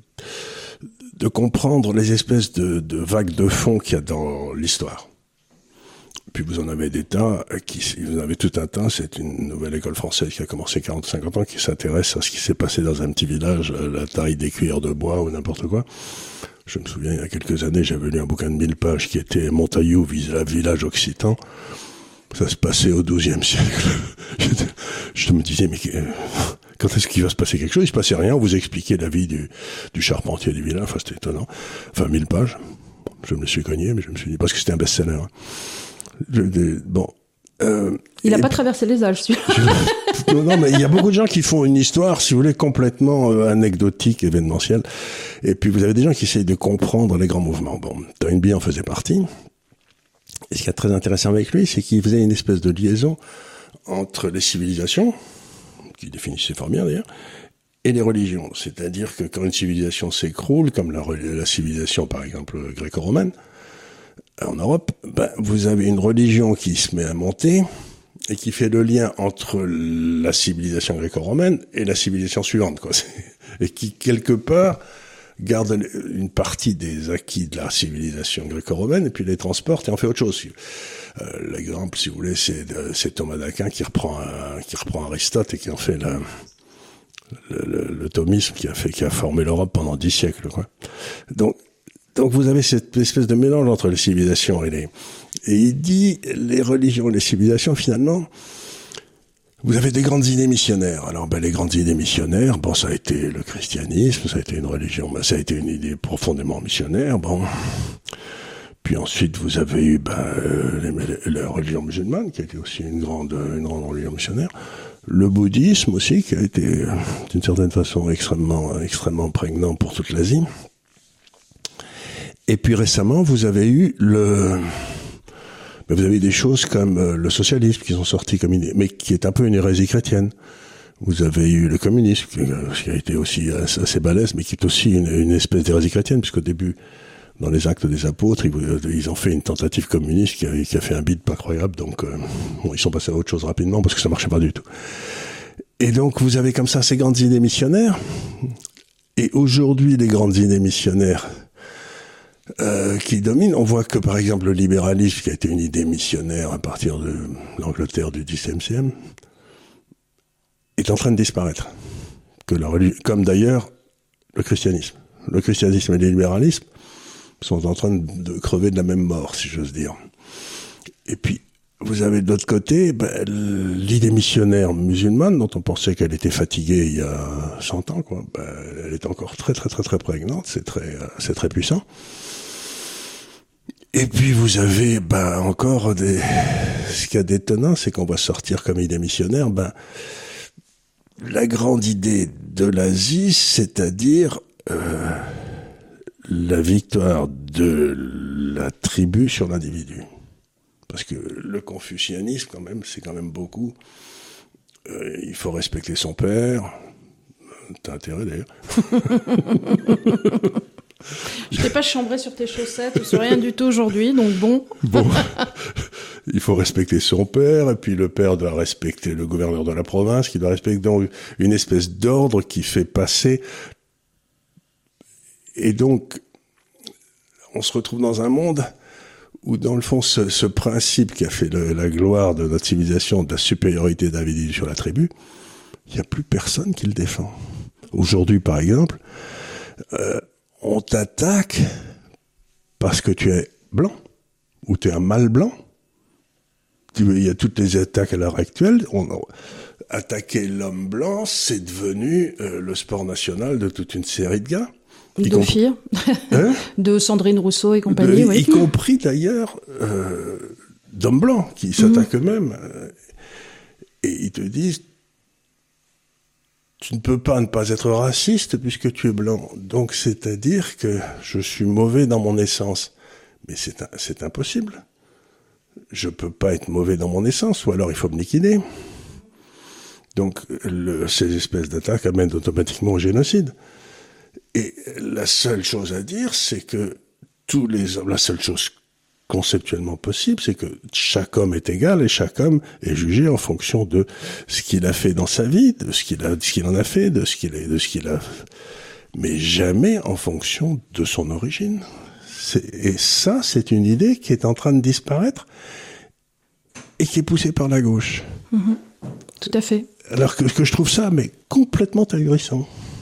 de comprendre les espèces de, de vagues de fond qu'il y a dans l'histoire. puis vous en avez des tas, qui, vous en avez tout un tas, c'est une nouvelle école française qui a commencé quarante cinquante ans, qui s'intéresse à ce qui s'est passé dans un petit village, la taille des cuillères de bois ou n'importe quoi. Je me souviens, il y a quelques années, j'avais lu un bouquin de mille pages qui était Montaillou, village occitan. Ça se passait au douzième siècle. Je me disais, mais quand est-ce qu'il va se passer quelque chose? Il se passait rien, on vous expliquait la vie du, du charpentier du village, enfin c'était étonnant. Enfin, mille pages. Je me suis cogné, mais je me suis dit, parce que c'était un best-seller. Hein. Je, de, bon. Euh, il n'a pas traversé les âges, celui-là. Je, non, non, mais il y a beaucoup de gens qui font une histoire, si vous voulez, complètement euh, anecdotique, événementielle. Et puis vous avez des gens qui essayent de comprendre les grands mouvements. Bon, Toynbee en faisait partie. Et ce qui est très intéressant avec lui, c'est qu'il faisait une espèce de liaison entre les civilisations, qu'il définissait fort bien d'ailleurs, et les religions. C'est-à-dire que quand une civilisation s'écroule, comme la, la civilisation par exemple gréco-romaine, en Europe, ben, vous avez une religion qui se met à monter et qui fait le lien entre la civilisation gréco-romaine et la civilisation suivante, quoi. Et qui, quelque part, garde une partie des acquis de la civilisation gréco-romaine et puis les transporte et en fait autre chose. Euh, l'exemple, si vous voulez, c'est, c'est Thomas d'Aquin qui reprend, un, qui reprend Aristote et qui en fait la, le, le, le thomisme qui a fait, qui a formé l'Europe pendant dix siècles, quoi. Donc, donc vous avez cette espèce de mélange entre les civilisations et les, et il dit, les religions et les civilisations, finalement, vous avez des grandes idées missionnaires. Alors, ben, les grandes idées missionnaires, bon, ça a été le christianisme, ça a été une religion, ben, ça a été une idée profondément missionnaire, bon. Puis ensuite, vous avez eu, ben, les, la religion musulmane, qui a été aussi une grande, une grande religion missionnaire. Le bouddhisme aussi, qui a été, d'une certaine façon, extrêmement, extrêmement prégnant pour toute l'Asie. Et puis récemment, vous avez eu le, ben, vous avez des choses comme le socialisme qui sont sortis comme une, mais qui est un peu une hérésie chrétienne. Vous avez eu le communisme, qui a été aussi assez balèze, mais qui est aussi une, une espèce d'hérésie chrétienne, puisqu'au début, dans les actes des apôtres, ils, ils ont fait une tentative communiste qui a, qui a fait un bide pas croyable, donc euh, bon, ils sont passés à autre chose rapidement parce que ça marchait pas du tout. Et donc vous avez comme ça ces grandes idées missionnaires, et aujourd'hui les grandes idées missionnaires euh, qui dominent, on voit que par exemple le libéralisme, qui a été une idée missionnaire à partir de l'Angleterre du dix-septième siècle, est en train de disparaître, que la religion, comme d'ailleurs le christianisme. Le christianisme et le libéralisme sont en train de crever de la même mort, si j'ose dire. Et puis, vous avez de l'autre côté, ben, l'idée missionnaire musulmane, dont on pensait qu'elle était fatiguée il y a cent ans, quoi, ben, elle est encore très très très très prégnante, c'est très, c'est très puissant. Et puis vous avez, ben, encore des, ce qu'il y a d'étonnant, c'est qu'on va sortir comme idée missionnaire, ben, la grande idée de l'Asie, c'est-à-dire, euh, la victoire de la tribu sur l'individu. Parce que le confucianisme, quand même, c'est quand même beaucoup. Euh, il faut respecter son père. T'as intérêt, d'ailleurs. Je t'ai pas chambré sur tes chaussettes ou sur rien du tout aujourd'hui, donc bon. Bon. Il faut respecter son père, et puis le père doit respecter le gouverneur de la province, qui doit respecter donc une espèce d'ordre qui fait passer. Et donc, on se retrouve dans un monde où, dans le fond, ce, ce principe qui a fait le, la gloire de notre civilisation, de la supériorité d'un individu sur la tribu, il n'y a plus personne qui le défend. Aujourd'hui, par exemple, euh, on t'attaque parce que tu es blanc, ou tu es un mâle blanc. Il y a toutes les attaques à l'heure actuelle. On, on, attaquer l'homme blanc, c'est devenu euh, le sport national de toute une série de gars. De comp... filles, hein de Sandrine Rousseau et compagnie, de, oui. Y compris d'ailleurs euh, d'hommes blancs qui s'attaquent mmh. eux-mêmes. Euh, et ils te disent, tu ne peux pas ne pas être raciste puisque tu es blanc. Donc c'est-à-dire que je suis mauvais dans mon essence. Mais c'est, un, c'est impossible. Je peux pas être mauvais dans mon essence, ou alors il faut me liquider. Donc le, ces espèces d'attaques amènent automatiquement au génocide. Et la seule chose à dire, c'est que tous les hommes, la seule chose conceptuellement possible, c'est que chaque homme est égal et chaque homme est jugé en fonction de ce qu'il a fait dans sa vie, de ce qu'il a, de ce qu'il en a fait, de ce qu'il est, de ce qu'il a, mais jamais en fonction de son origine. C'est, et ça, c'est une idée qui est en train de disparaître. et qui est poussé par la gauche. Mmh. Tout à fait. Alors que, que je trouve ça, mais complètement ahurissant.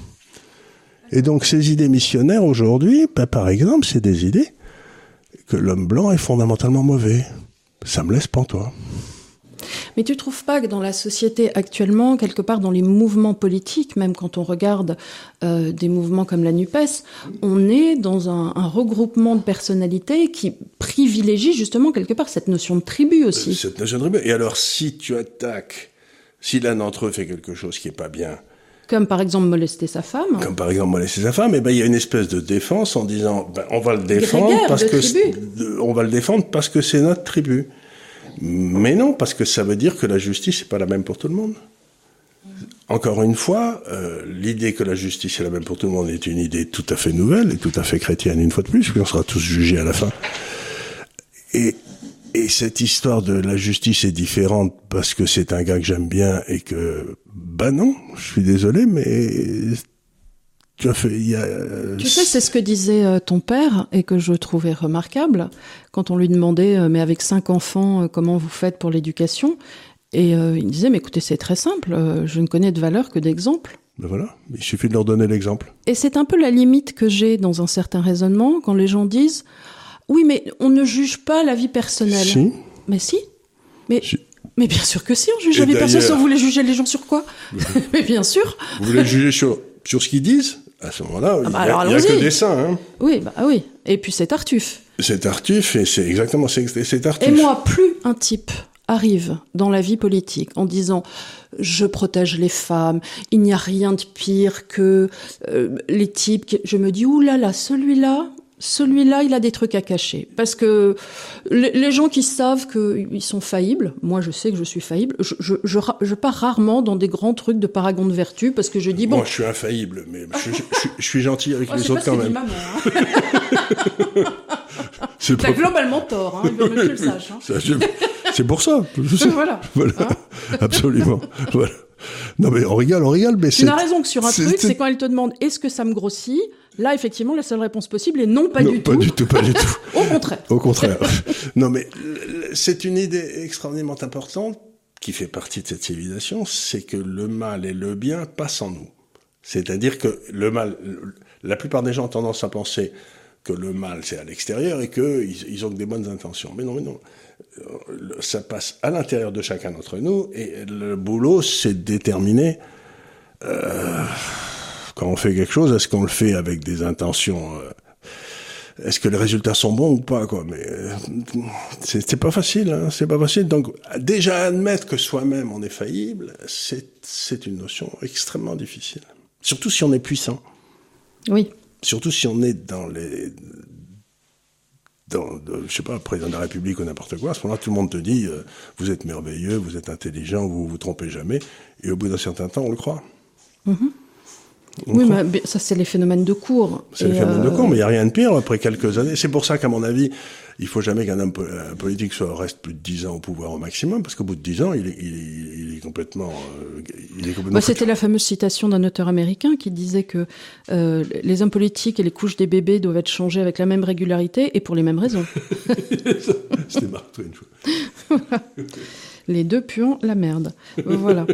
Et donc, ces idées missionnaires, aujourd'hui, bah, par exemple, c'est des idées que l'homme blanc est fondamentalement mauvais. Ça me laisse pantois. Mais tu ne trouves pas que dans la société actuellement, quelque part dans les mouvements politiques, même quand on regarde euh, des mouvements comme la NUPES, on est dans un, un regroupement de personnalités qui privilégie justement quelque part cette notion de tribu aussi. Cette notion de tribu. Et alors, si tu attaques, si l'un d'entre eux fait quelque chose qui n'est pas bien... Comme par exemple molester sa femme. Comme par exemple molester sa femme, et ben il y a une espèce de défense en disant ben, on va le défendre parce de que tribu. on va le défendre parce que c'est notre tribu. Mais non, parce que ça veut dire que la justice n'est pas la même pour tout le monde. Encore une fois, euh, l'idée que la justice est la même pour tout le monde est une idée tout à fait nouvelle et tout à fait chrétienne une fois de plus, puis on sera tous jugés à la fin. Et Et cette histoire de la justice est différente parce que c'est un gars que j'aime bien et que, bah non, je suis désolé, mais tu as fait, il y a... Tu sais, c'est ce que disait euh, ton père et que je trouvais remarquable quand on lui demandait, euh, mais avec cinq enfants, euh, comment vous faites pour l'éducation ? Et euh, il disait, mais écoutez, c'est très simple, euh, je ne connais de valeur que d'exemples. Ben voilà, il suffit de leur donner l'exemple. Et c'est un peu la limite que j'ai dans un certain raisonnement quand les gens disent... Oui, mais on ne juge pas la vie personnelle. Si. Mais si. Mais, si. mais bien sûr que si, on juge Et la vie personnelle. Vous voulez juger les gens sur quoi ? Mais bien sûr. Vous voulez juger sur, sur ce qu'ils disent ? À ce moment-là, il ah bah n'y a, a que des saints. Hein. Oui, bah oui. Et puis c'est Tartuffe. C'est Tartuffe, et c'est exactement, c'est, c'est Tartuffe. Et moi, plus un type arrive dans la vie politique en disant « je protège les femmes, il n'y a rien de pire que euh, les types... » Je me dis « ouh là là, celui-là... » Celui-là, il a des trucs à cacher. Parce que les gens qui savent qu'ils sont faillibles, moi je sais que je suis faillible, je, je, je, je pars rarement dans des grands trucs de paragon de vertu parce que je dis bon... Moi je suis infaillible, mais je, je, je, je suis gentil avec oh, les autres quand même. Maman, hein. C'est T'as pas... globalement tort, hein, il veut que tu le saches. Hein. Ça, je... C'est pour ça. Je sais. Voilà. Voilà. Hein. Absolument. Voilà. Non mais on rigole, on rigole, mais tu c'est... Tu n'as raison que sur un c'est... truc, c'est quand elle te demande est-ce que ça me grossit ? Là, effectivement, la seule réponse possible est non, pas non, du pas tout. du tout, pas du tout. Au contraire. Au contraire. Non, mais c'est une idée extraordinairement importante qui fait partie de cette civilisation, c'est que le mal et le bien passent en nous. C'est-à-dire que le mal, la plupart des gens ont tendance à penser que le mal, c'est à l'extérieur et qu'ils ils ont que des bonnes intentions. Mais non, mais non. Ça passe à l'intérieur de chacun d'entre nous et le boulot, c'est de déterminer... Euh, quand on fait quelque chose, est-ce qu'on le fait avec des intentions euh, est-ce que les résultats sont bons ou pas, quoi. Mais euh, c'est, c'est pas facile, hein, c'est pas facile. Donc déjà admettre que soi-même on est faillible, c'est c'est une notion extrêmement difficile. Surtout si on est puissant. Oui. Surtout si on est dans les dans, de, je sais pas, président de la République ou n'importe quoi. À ce moment-là, tout le monde te dit euh, vous êtes merveilleux, vous êtes intelligent, vous vous trompez jamais. Et au bout d'un certain temps, on le croit. Mm-hmm. Oui, mais ça, c'est les phénomènes de cours. C'est les phénomènes euh... de cours, mais il n'y a rien de pire après quelques années. C'est pour ça qu'à mon avis, il ne faut jamais qu'un homme politique soit, reste plus de dix ans au pouvoir au maximum, parce qu'au bout de dix ans, il est, il est, il est complètement... Euh, il est complètement bah, c'était la fameuse citation d'un auteur américain qui disait que euh, les hommes politiques et les couches des bébés doivent être changées avec la même régularité et pour les mêmes raisons. C'était Mark Twain, je vois. Les deux puant la merde. Voilà.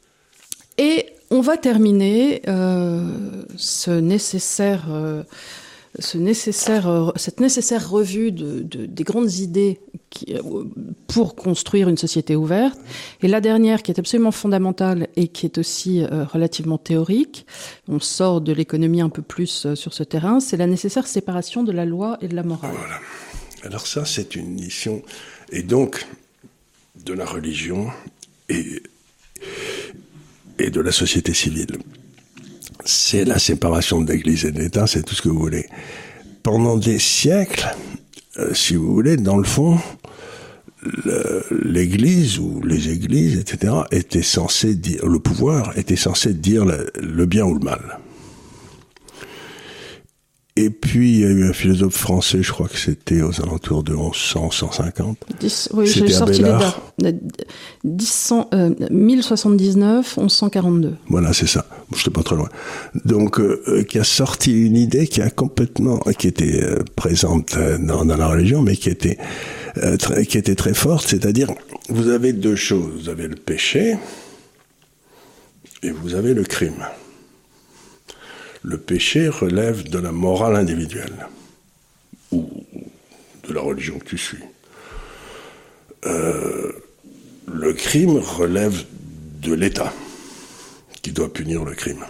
Et on va terminer euh, ce nécessaire, euh, ce nécessaire, euh, cette nécessaire revue de, de, des grandes idées qui, euh, pour construire une société ouverte. Et la dernière, qui est absolument fondamentale et qui est aussi euh, relativement théorique, on sort de l'économie un peu plus euh, sur ce terrain, c'est la nécessaire séparation de la loi et de la morale. Voilà. Alors ça, c'est une mission, et donc de la religion et et de la société civile. C'est la séparation de l'Église et de l'État, c'est tout ce que vous voulez. Pendant des siècles, euh, si vous voulez, dans le fond, le, l'Église ou les églises, et cetera, étaient censés dire, le pouvoir était censé dire le, le bien ou le mal. Et puis, il y a eu un philosophe français, je crois que c'était aux alentours de onze cents, cent cinquante. dix, oui, c'était j'ai sorti Abélard. Les dates. Euh, mille soixante-dix-neuf, onze cent quarante-deux. Voilà, c'est ça. Je n'étais pas très loin. Donc, euh, qui a sorti une idée qui a complètement, qui était euh, présente dans, dans la religion, mais qui était, euh, très, qui était très forte, c'est-à-dire vous avez deux choses. Vous avez le péché et vous avez le crime. Le péché relève de la morale individuelle ou de la religion que tu suis. Euh, le crime relève de l'État qui doit punir le crime.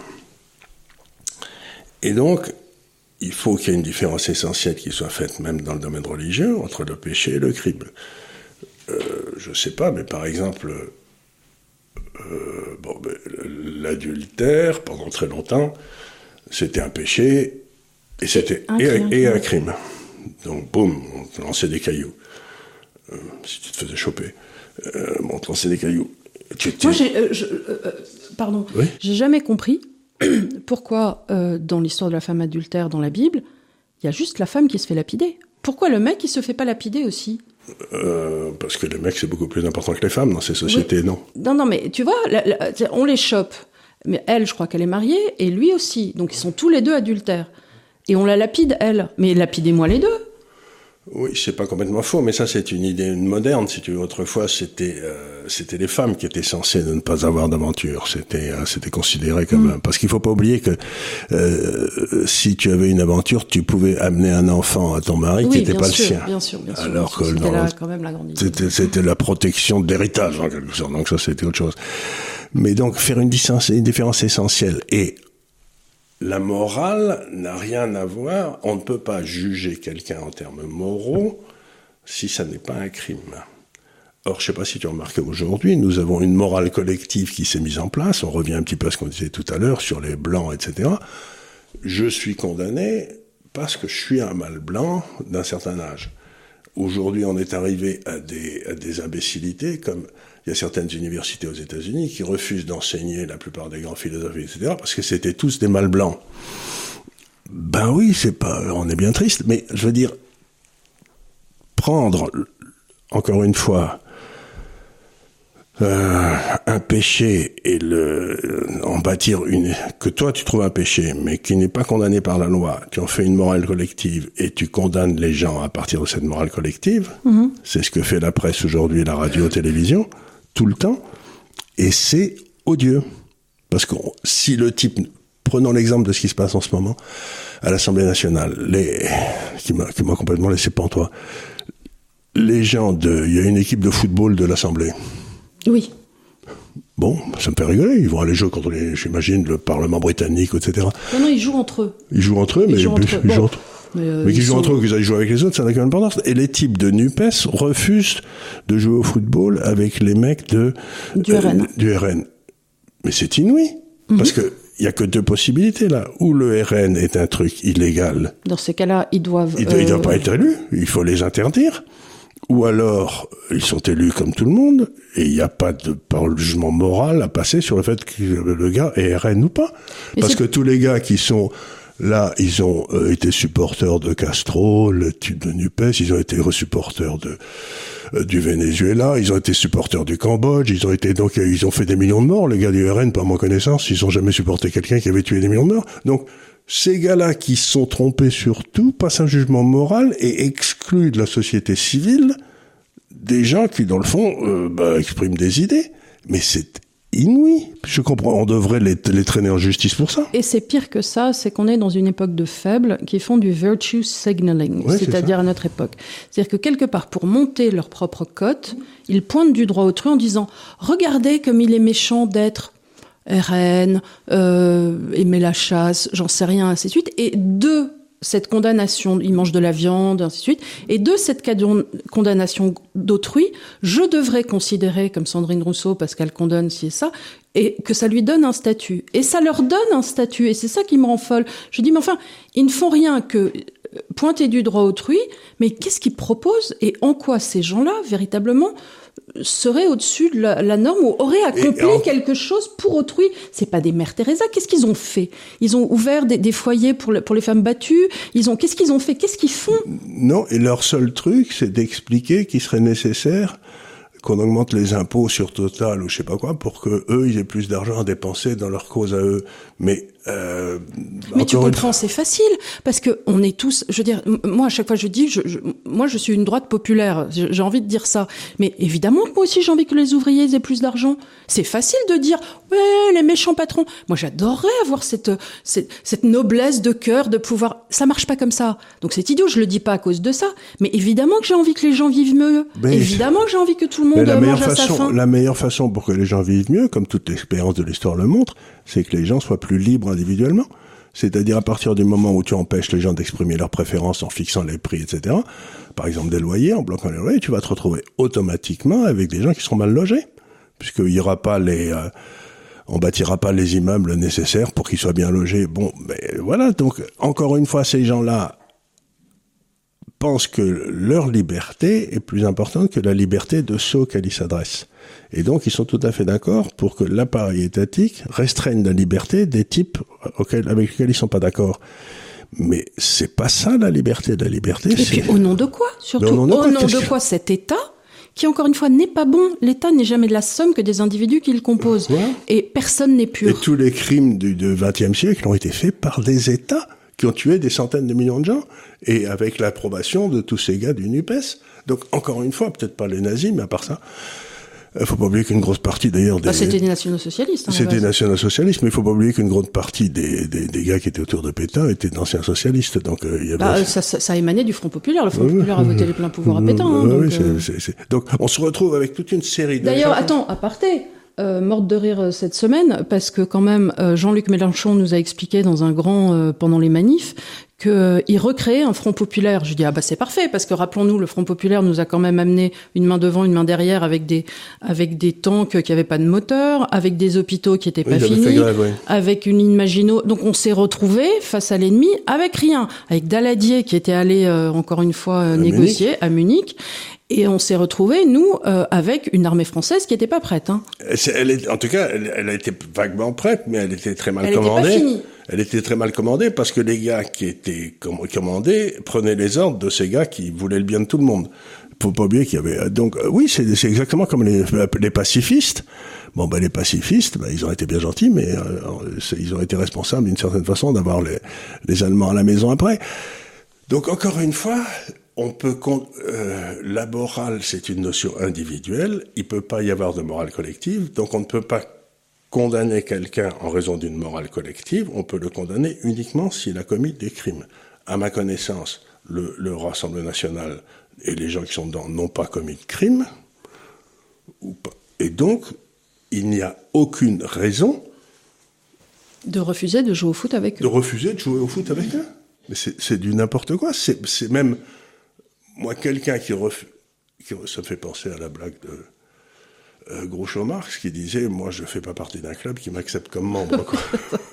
Et donc, il faut qu'il y ait une différence essentielle qui soit faite, même dans le domaine religieux, entre le péché et le crime. Euh, je ne sais pas, mais par exemple, euh, bon, ben, l'adultère, pendant très longtemps, c'était un péché et c'était un et, crime. et un crime. Donc, boum, on te lançait des cailloux. Euh, si tu te faisais choper, euh, on te lançait des cailloux. Tu, tu... Moi, j'ai, euh, je, euh, pardon, oui j'ai jamais compris pourquoi, euh, dans l'histoire de la femme adultère dans la Bible, il y a juste la femme qui se fait lapider. Pourquoi le mec, il se fait pas lapider aussi ? euh, Parce que les mecs, c'est beaucoup plus important que les femmes dans ces sociétés, oui. non Non, non, mais tu vois, la, la, on les chope. Mais elle, je crois qu'elle est mariée, et lui aussi. Donc, ils sont tous les deux adultères. Et on la lapide, elle. Mais lapidez-moi les deux. Oui, c'est pas complètement faux, mais ça, c'est une idée moderne, si tu veux. Autrefois, c'était euh, c'était les femmes qui étaient censées ne pas avoir d'aventure. C'était euh, c'était considéré comme... Mmh. Parce qu'il faut pas oublier que euh, si tu avais une aventure, tu pouvais amener un enfant à ton mari oui, qui n'était pas sûr, le sien. bien sûr, bien sûr. Alors bien sûr. que c'était dans, là, quand même la grande idée. C'était, c'était la protection de l'héritage, en quelque sorte. Donc ça, c'était autre chose. Mais donc, faire une différence, une différence essentielle. Et la morale n'a rien à voir. On ne peut pas juger quelqu'un en termes moraux si ça n'est pas un crime. Or, je ne sais pas si tu as remarqué aujourd'hui, nous avons une morale collective qui s'est mise en place. On revient un petit peu à ce qu'on disait tout à l'heure sur les blancs, et cetera. Je suis condamné parce que je suis un mâle blanc d'un certain âge. Aujourd'hui, on est arrivé à des, à des imbécilités comme... Il y a certaines universités aux États-Unis qui refusent d'enseigner la plupart des grands philosophes, et cetera, parce que c'était tous des mâles blancs. Ben oui, c'est pas, on est bien triste, mais je veux dire, prendre, encore une fois, euh, un péché et le, en bâtir une, que toi tu trouves un péché, mais qui n'est pas condamné par la loi, tu en fais une morale collective et tu condamnes les gens à partir de cette morale collective, mmh. c'est ce que fait la presse aujourd'hui, la radio, la télévision, tout le temps, et c'est odieux. Parce que si le type, prenons l'exemple de ce qui se passe en ce moment à l'Assemblée nationale, les, qui m'a, qui m'a complètement laissé pantois, les gens de, il y a une équipe de football de l'Assemblée. Oui. Bon, ça me fait rigoler, ils vont aller jouer contre les, j'imagine, le Parlement britannique, et cetera. Non, non, ils jouent entre eux. Ils jouent entre eux, ils mais jouent ils, entre eux. ils Bon. jouent entre eux. Mais, euh, mais qu'ils jouent sont... entre eux, qu'ils aillent jouer avec les autres, ça n'a aucune importance. Et les types de NUPES refusent de jouer au football avec les mecs de, du, euh, R N. du R N. Mais c'est inouï. Mm-hmm. Parce que il y a que deux possibilités, là. Ou le R N est un truc illégal. Dans ces cas-là, ils doivent... Ils ne euh... doivent pas être élus. Il faut les interdire. Ou alors, ils sont élus comme tout le monde, et il n'y a pas de jugement moral à passer sur le fait que le gars est R N ou pas. Mais Parce c'est... que tous les gars qui sont là, ils ont euh, été supporters de Castro, le type de NUPES, ils ont été supporters de, euh, du Venezuela, ils ont été supporters du Cambodge, ils ont été donc, ils ont fait des millions de morts, les gars du R N, par ma connaissance, ils n'ont jamais supporté quelqu'un qui avait tué des millions de morts. Donc, ces gars-là qui se sont trompés sur tout passent un jugement moral et excluent de la société civile des gens qui, dans le fond, euh, bah, expriment des idées. Mais c'est inouï. Je comprends, on devrait les, les traîner en justice pour ça. Et c'est pire que ça, c'est qu'on est dans une époque de faibles qui font du virtue signaling, ouais, c'est-à-dire à notre époque. C'est-à-dire que quelque part, pour monter leur propre cote, ils pointent du droit autrui en disant « Regardez comme il est méchant d'être... » R N, euh, aimer la chasse, j'en sais rien, ainsi de suite. Et de cette condamnation, il mange de la viande, ainsi de suite, et de cette condamnation d'autrui, je devrais considérer, comme Sandrine Rousseau, parce qu'elle condamne ci et ça, et que ça lui donne un statut. Et ça leur donne un statut, et c'est ça qui me rend folle. Je dis, mais enfin, ils ne font rien que pointer du droit autrui, mais qu'est-ce qu'ils proposent, et en quoi ces gens-là, véritablement, seraient au-dessus de la, la norme ou auraient accompli en... quelque chose pour autrui. C'est pas des mères Teresa. Qu'est-ce qu'ils ont fait ? Ils ont ouvert des, des foyers pour, le, pour les femmes battues. Ils ont, qu'est-ce qu'ils ont fait ? Qu'est-ce qu'ils font ? Non, et leur seul truc, c'est d'expliquer qu'il serait nécessaire qu'on augmente les impôts sur Total ou je sais pas quoi pour que eux ils aient plus d'argent à dépenser dans leur cause à eux. Mais euh, mais tu comprends, une... c'est facile parce que on est tous. Je veux dire, moi à chaque fois je dis, je, je, moi je suis une droite populaire. J'ai envie de dire ça. Mais évidemment, moi aussi j'ai envie que les ouvriers aient plus d'argent. C'est facile de dire ouais les méchants patrons. Moi j'adorerais avoir cette cette, cette noblesse de cœur de pouvoir. Ça marche pas comme ça. Donc c'est idiot. Je le dis pas à cause de ça. Mais évidemment que j'ai envie que les gens vivent mieux. Mais évidemment que j'ai envie que tout le monde mange à sa faim. La meilleure façon pour que les gens vivent mieux, comme toute l'expérience de l'histoire le montre, c'est que les gens soient plus libres individuellement. C'est-à-dire à partir du moment où tu empêches les gens d'exprimer leurs préférences en fixant les prix, et cetera, par exemple des loyers, en bloquant les loyers, tu vas te retrouver automatiquement avec des gens qui seront mal logés. Puisqu'il y aura pas les... Euh, on bâtira pas les immeubles nécessaires pour qu'ils soient bien logés. Bon, mais voilà, donc encore une fois, ces gens-là pensent que leur liberté est plus importante que la liberté de ceux auxquels ils s'adressent. Et donc, ils sont tout à fait d'accord pour que l'appareil étatique restreigne la liberté des types auxquels, avec lesquels ils sont pas d'accord. Mais c'est pas ça, la liberté. La liberté, Et c'est... puis, au nom de quoi, surtout? Au nom de, au quoi, nom de quoi cet État, qui, encore une fois, n'est pas bon. L'État n'est jamais la somme que des individus qui le composent. Ouais. Et personne n'est pur. Et tous les crimes du vingtième siècle ont été faits par des États qui ont tué des centaines de millions de gens, et avec l'approbation de tous ces gars du NUPES. Donc, encore une fois, peut-être pas les nazis, mais à part ça, il faut pas oublier qu'une grosse partie, d'ailleurs... Des... Bah, c'était des nationaux-socialistes. Hein, c'était des nationaux-socialistes, mais il faut pas oublier qu'une grande partie des, des, des gars qui étaient autour de Pétain étaient d'anciens socialistes. Donc, euh, il y avait... bah, ça, ça, ça émanait du Front Populaire. Le Front oui, Populaire a voté les pleins pouvoirs à Pétain. Hein, oui, donc, euh... c'est, c'est, c'est... donc, on se retrouve avec toute une série de... D'ailleurs, attends, aparté. Euh, morte de rire cette semaine parce que quand même euh, Jean-Luc Mélenchon nous a expliqué dans un grand euh, pendant les manifs qu'il euh, recréait un Front Populaire. Je dis ah bah c'est parfait parce que rappelons-nous le Front Populaire nous a quand même amené une main devant une main derrière avec des avec des tanks qui avaient pas de moteur, avec des hôpitaux qui étaient pas oui, finis, grève, oui. avec une ligne Maginot. Donc on s'est retrouvé face à l'ennemi avec rien, avec Daladier qui était allé euh, encore une fois euh, négocier Munich. à Munich. Et on s'est retrouvés, nous, euh, avec une armée française qui n'était pas prête. Hein. Elle est, en tout cas, elle, elle a été vaguement prête, mais elle était très mal elle commandée. Elle était pas finie. Elle était très mal commandée parce que les gars qui étaient commandés prenaient les ordres de ces gars qui voulaient le bien de tout le monde. Faut pas oublier qu'il y avait... Donc oui, c'est, c'est exactement comme les, les pacifistes. Bon, ben les pacifistes, ben, ils ont été bien gentils, mais euh, ils ont été responsables d'une certaine façon d'avoir les, les Allemands à la maison après. Donc encore une fois... On peut euh, la morale, c'est une notion individuelle. Il peut pas y avoir de morale collective, donc on ne peut pas condamner quelqu'un en raison d'une morale collective. On peut le condamner uniquement s'il a commis des crimes. À ma connaissance, le, le Rassemblement national et les gens qui sont dedans n'ont pas commis de crimes, ou pas. Et donc il n'y a aucune raison de refuser de jouer au foot avec eux. De refuser de jouer au foot avec eux. Mais c'est, c'est du n'importe quoi. C'est, c'est même Moi, quelqu'un qui refuse... Ça me fait penser à la blague de euh, Groucho Marx qui disait « Moi, je fais pas partie d'un club qui m'accepte comme membre. » quoi.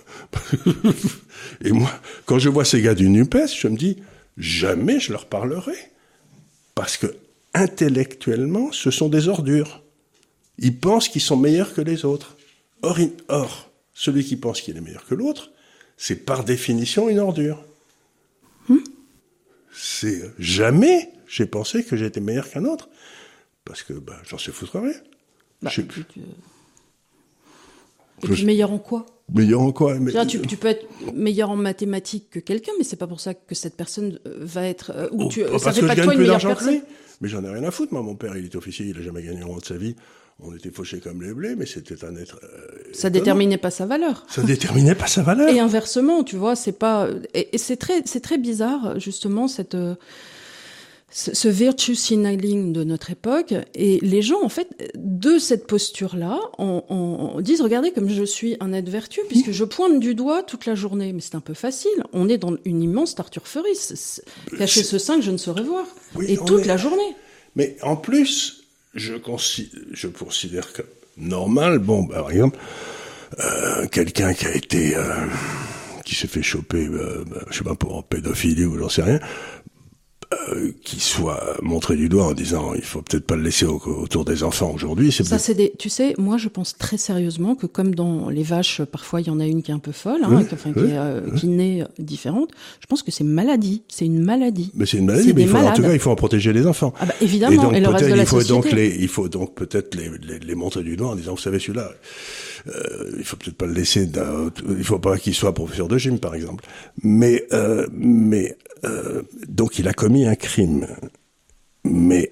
Et moi, quand je vois ces gars du NUPES, je me dis « Jamais je leur parlerai. » Parce que, intellectuellement, ce sont des ordures. Ils pensent qu'ils sont meilleurs que les autres. Or, il... Or celui qui pense qu'il est meilleur que l'autre, c'est par définition une ordure. Hmm. C'est jamais j'ai pensé que j'étais meilleur qu'un autre parce que bah, j'en sais foutre rien. Bah, et puis, tu... et puis meilleur en quoi Meilleur en quoi mais... tu, tu peux être meilleur en mathématiques que quelqu'un, mais c'est pas pour ça que cette personne va être. Euh, ou oh, tu, parce ça fait que pas je de toi gagne une plus meilleure d'argent personne. que lui. Mais j'en ai rien à foutre. Moi, mon père, il était officier, il a jamais gagné un rond de sa vie. On était fauchés comme les blés, mais c'était un être. Euh, ça déterminait pas sa valeur. Ça déterminait pas sa valeur. Et inversement, tu vois, c'est pas. Et, et c'est très, c'est très bizarre justement cette. Euh, ce, ce virtue signaling de notre époque, et les gens, en fait, de cette posture-là, on, on, on disent, regardez comme je suis un être vertueux, puisque je pointe du doigt toute la journée. Mais c'est un peu facile. On est dans une immense Tartuffe Feuris. Cacher ce sein que je ne saurais voir. Oui, et toute est... la journée. Mais en plus, je considère, je considère que normal, bon, bah, par exemple, euh, quelqu'un qui a été, euh, qui s'est fait choper, euh, bah, je sais pas, pour pédophilie ou j'en sais rien, euh, qui soit montré du doigt en disant il faut peut-être pas le laisser au, autour des enfants aujourd'hui. C'est ça, peut-être... c'est des. Tu sais, moi, je pense très sérieusement que comme dans les vaches, parfois il y en a une qui est un peu folle, hein, oui, qui, enfin, oui, qui, est, euh, oui. qui naît différente. Je pense que c'est maladie. C'est une maladie. Mais c'est une maladie. C'est Mais il des faut, en tout malades. cas, il faut en protéger les enfants. Ah bah, évidemment. Et donc Et le reste de la il faut société. donc les, il faut donc peut-être les, les, les montrer du doigt en disant vous savez celui-là. Euh, il faut peut-être pas le laisser. D'un, il faut pas qu'il soit professeur de gym, par exemple. Mais, euh, mais euh, donc il a commis un crime. Mais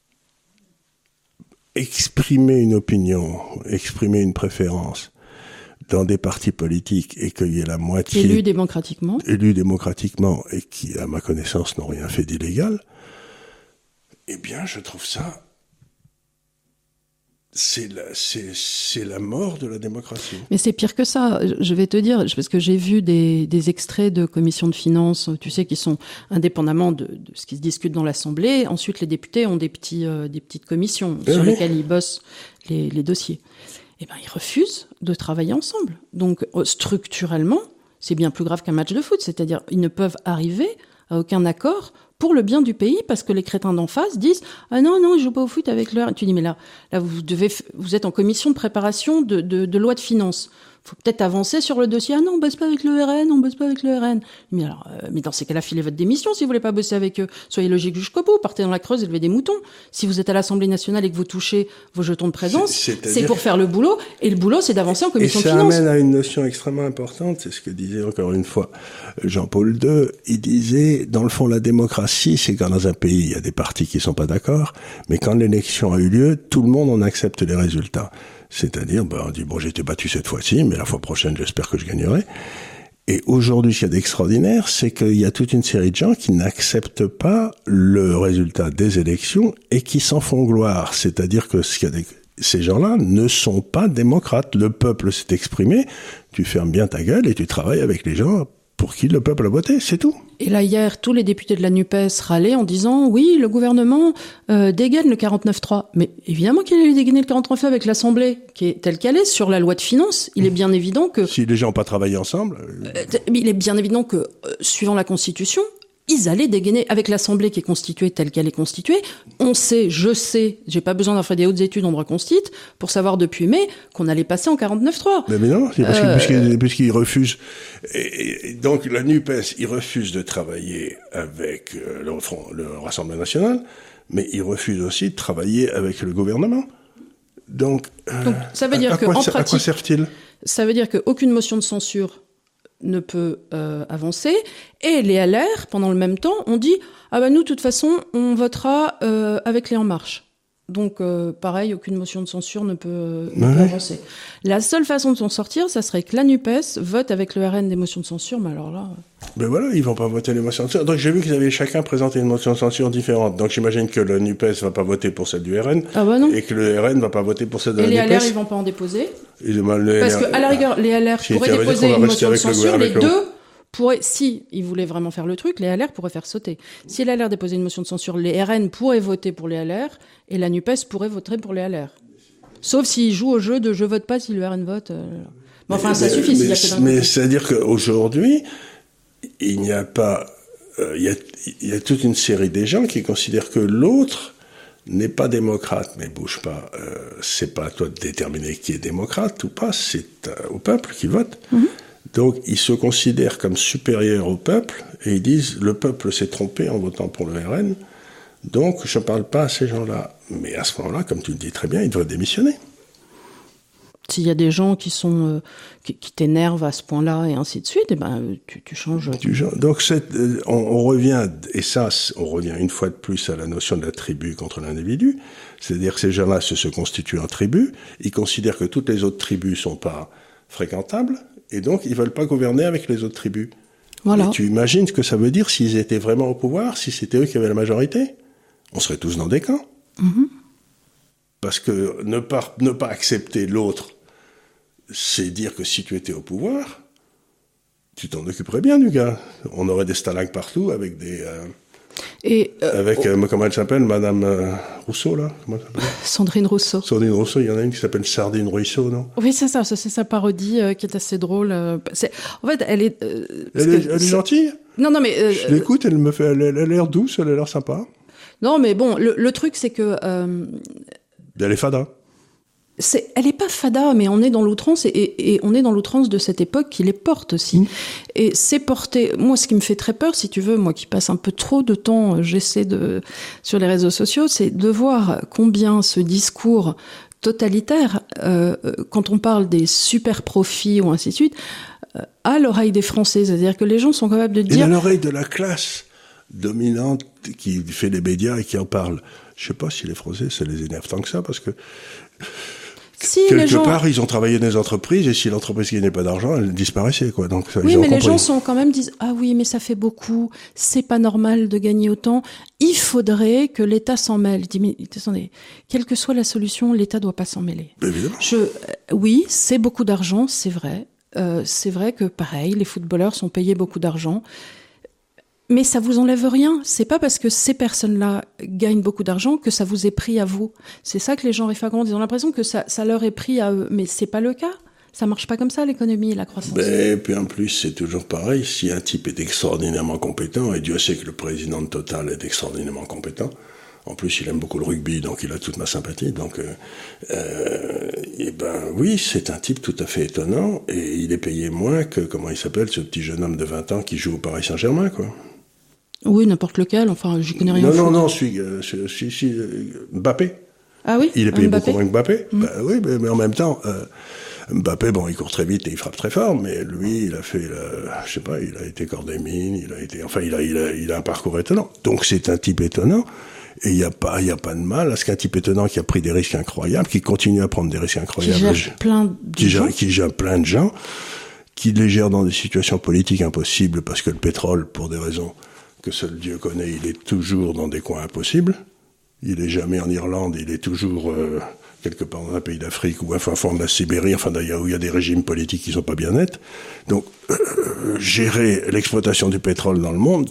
exprimer une opinion, exprimer une préférence dans des partis politiques et qu'il y ait la moitié Élus démocratiquement, élus démocratiquement et qui, à ma connaissance, n'ont rien fait d'illégal. Eh bien, je trouve ça. C'est la, c'est, c'est la mort de la démocratie. mais c'est pire que ça. Je vais te dire, parce que j'ai vu des, des extraits de commissions de finances, tu sais, qui sont indépendamment de, de ce qui se discute dans l'Assemblée. Ensuite, les députés ont des petits, euh, des petites commissions oui, sur oui. lesquelles ils bossent les, les dossiers. Eh ben, ils refusent de travailler ensemble. Donc, structurellement, c'est bien plus grave qu'un match de foot. C'est-à-dire, ils ne peuvent arriver à aucun accord pour le bien du pays, parce que les crétins d'en face disent « Ah non, non, je joue pas au foot avec leur... » Tu dis « Mais là, là vous, devez, vous êtes en commission de préparation de, de, de loi de finances. Faut peut-être avancer sur le dossier. Ah non, on bosse pas avec le R N, on bosse pas avec le R N. » Mais alors, euh, mais dans ces cas-là, filez votre démission si vous voulez pas bosser avec eux. Soyez logique jusqu'au bout. Partez dans la Creuse, élevez des moutons. Si vous êtes à l'Assemblée nationale et que vous touchez vos jetons de présence, c'est, c'est pour faire le boulot. Et le boulot, c'est d'avancer en commission de finances. Et ça amène à une notion extrêmement importante. C'est ce que disait encore une fois Jean-Paul deux. Il disait, dans le fond, la démocratie, c'est quand dans un pays, il y a des partis qui sont pas d'accord, mais quand l'élection a eu lieu, tout le monde en accepte les résultats. C'est-à-dire, ben, on dit, bon, j'ai été battu cette fois-ci, mais la fois prochaine, j'espère que je gagnerai. Et aujourd'hui, ce qu'il y a d'extraordinaire, c'est qu'il y a toute une série de gens qui n'acceptent pas le résultat des élections et qui s'en font gloire. C'est-à-dire que ce qu'il y a des... ces gens-là ne sont pas démocrates. Le peuple s'est exprimé, tu fermes bien ta gueule et tu travailles avec les gens pour qui le peuple a voté, c'est tout. Et là, hier, tous les députés de la NUPES râlaient en disant « Oui, le gouvernement euh, dégaine le quarante-neuf trois ». Mais évidemment qu'il allait dégainer le quarante-neuf trois avec l'Assemblée, qui est telle qu'elle est, sur la loi de finances. Il est bien évident que... Si les gens n'ont pas travaillé ensemble... Euh, il est bien évident que, euh, suivant la Constitution, ils allaient dégainer avec l'Assemblée qui est constituée telle qu'elle est constituée. On sait, je sais, j'ai pas besoin d'avoir fait des hautes études en droit constit pour savoir depuis mai qu'on allait passer en quarante-neuf trois. Mais, mais non, c'est parce euh... puisqu'ils, puisqu'ils refusent. Et, et donc la NUPES, ils refusent de travailler avec euh, le, Front, le Rassemblement national, mais ils refusent aussi de travailler avec le gouvernement. Donc, euh, donc ça veut dire à, que à quoi, en pratique, à quoi servent-ils ? Ça veut dire qu'aucune motion de censure ne peut euh, avancer, et les L R, pendant le même temps, ont dit « Ah ben nous, de toute façon, on votera euh, avec les En Marche ». Donc, euh, pareil, aucune motion de censure ne peut, euh, ne ouais. peut avancer. La seule façon de s'en sortir, ça serait que la NUPES vote avec le R N des motions de censure, mais alors là... Ben voilà, ils vont pas voter les motions de censure. Donc j'ai vu qu'ils avaient chacun présenté une motion de censure différente. Donc j'imagine que le NUPES va pas voter pour celle du R N, ah bah non. et que le R N va pas voter pour celle de et la les NUPES. L R, ils vont pas en déposer. Et le, Parce qu'à la rigueur, les L R si pourraient déposer une motion de censure, les le... deux... pourraient, si ils voulaient vraiment faire le truc, les L R pourraient faire sauter. Si les L R déposaient une motion de censure, les R N pourraient voter pour les L R et la NUPES pourrait voter pour les L R. Sauf s'ils jouent au jeu de je vote pas si le R N vote. Euh... Mais enfin, mais, ça suffit. Mais, s'il y a que d'un mais côté. c'est-à-dire qu'aujourd'hui, il n'y a pas, euh, il y a, il y a toute une série des gens qui considèrent que l'autre n'est pas démocrate, mais bouge pas. Euh, c'est pas à toi de déterminer qui est démocrate ou pas. C'est euh, au peuple qui vote. Mm-hmm. Donc, ils se considèrent comme supérieurs au peuple et ils disent le peuple s'est trompé en votant pour le R N. Donc, je ne parle pas à ces gens-là. Mais à ce moment-là, comme tu le dis très bien, ils doivent démissionner. S'il y a des gens qui sont euh, qui, qui t'énervent à ce point-là et ainsi de suite, eh ben tu, tu changes. Tu, donc, cette, on, on revient et ça, on revient une fois de plus à la notion de la tribu contre l'individu. C'est-à-dire que ces gens-là se, se constituent en tribu. Ils considèrent que toutes les autres tribus sont pas fréquentables. Et donc, ils veulent pas gouverner avec les autres tribus. Voilà. Et tu imagines ce que ça veut dire s'ils étaient vraiment au pouvoir, si c'était eux qui avaient la majorité? On serait tous dans des camps. Mm-hmm. Parce que ne pas, ne pas accepter l'autre, c'est dire que si tu étais au pouvoir, tu t'en occuperais bien du gars. On aurait des stalag partout avec des... Euh, Et, euh, Avec, oh, euh, comment elle s'appelle, Madame euh, Rousseau, là comment elle s'appelle Sandrine Rousseau. Sandrine Rousseau, il y en a une qui s'appelle Sardine Ruisseau, non? Oui, c'est ça, ça, c'est sa parodie euh, qui est assez drôle. Euh, c'est, en fait, elle est... Euh, Elle, est, elle est gentille. Non, non, mais... Euh, Je l'écoute, elle me fait, elle, elle a l'air douce, elle a l'air sympa. Non, mais bon, le, le truc, c'est que... Euh, elle est fada. C'est, elle est pas fada, mais on est dans l'outrance et, et, et on est dans l'outrance de cette époque qui les porte aussi. Mmh. Et c'est porté. Moi, ce qui me fait très peur, si tu veux, moi qui passe un peu trop de temps, j'essaie de sur les réseaux sociaux, c'est de voir combien ce discours totalitaire, euh, quand on parle des super profits ou ainsi de suite, euh, à l'oreille des Français, c'est-à-dire que les gens sont capables de dire. Et à l'oreille de la classe dominante qui fait les médias et qui en parle. Je sais pas si les Français, ça les énerve tant que ça, parce que. Si, quelque les gens... part, ils ont travaillé dans des entreprises et si l'entreprise gagnait pas d'argent, elle disparaissait, quoi. Donc, ça, oui, ils ont mais compris. Les gens sont quand même disent ah oui, mais ça fait beaucoup, c'est pas normal de gagner autant. Il faudrait que l'État s'en mêle. Je dis mais attendez, quelle que soit la solution, l'État doit pas s'en mêler. Évidemment. Je, euh, oui, c'est beaucoup d'argent, c'est vrai. Euh, c'est vrai que pareil, les footballeurs sont payés beaucoup d'argent. Mais ça vous enlève rien. C'est pas parce que ces personnes-là gagnent beaucoup d'argent que ça vous est pris à vous. C'est ça que les gens réfragmentent. Ils ont l'impression que ça, ça leur est pris à eux. Mais c'est pas le cas. Ça marche pas comme ça, l'économie et la croissance. Et puis en plus, c'est toujours pareil. Si un type est extraordinairement compétent, et Dieu sait que le président de Total est extraordinairement compétent, en plus, il aime beaucoup le rugby, donc il a toute ma sympathie. Donc, euh, euh, et ben oui, c'est un type tout à fait étonnant, et il est payé moins que, comment il s'appelle, ce petit jeune homme de vingt ans qui joue au Paris Saint-Germain, quoi. Oui, n'importe lequel, enfin, j'y connais rien. Non, non, non, celui, euh, celui, celui, celui, Mbappé. Ah oui? Il est payé Mbappé. beaucoup moins que Mbappé. Mmh. Bah, oui, mais, mais en même temps, euh, Mbappé, bon, il court très vite et il frappe très fort, mais lui, il a fait, le, je sais pas, il a été corps des mines, il a été, enfin, il a, il a, il a un parcours étonnant. Donc c'est un type étonnant. Et il n'y a pas, il y a pas de mal à ce qu'un type étonnant qui a pris des risques incroyables, qui continue à prendre des risques incroyables, qui gère plein de qui gens, gère, qui gère plein de gens, qui les gère dans des situations politiques impossibles parce que le pétrole, pour des raisons que seul Dieu connaît, il est toujours dans des coins impossibles. Il est jamais en Irlande, il est toujours euh, quelque part dans un pays d'Afrique ou enfin fond de la Sibérie, enfin d'ailleurs où il y a des régimes politiques qui sont pas bien nets. Donc euh, gérer l'exploitation du pétrole dans le monde,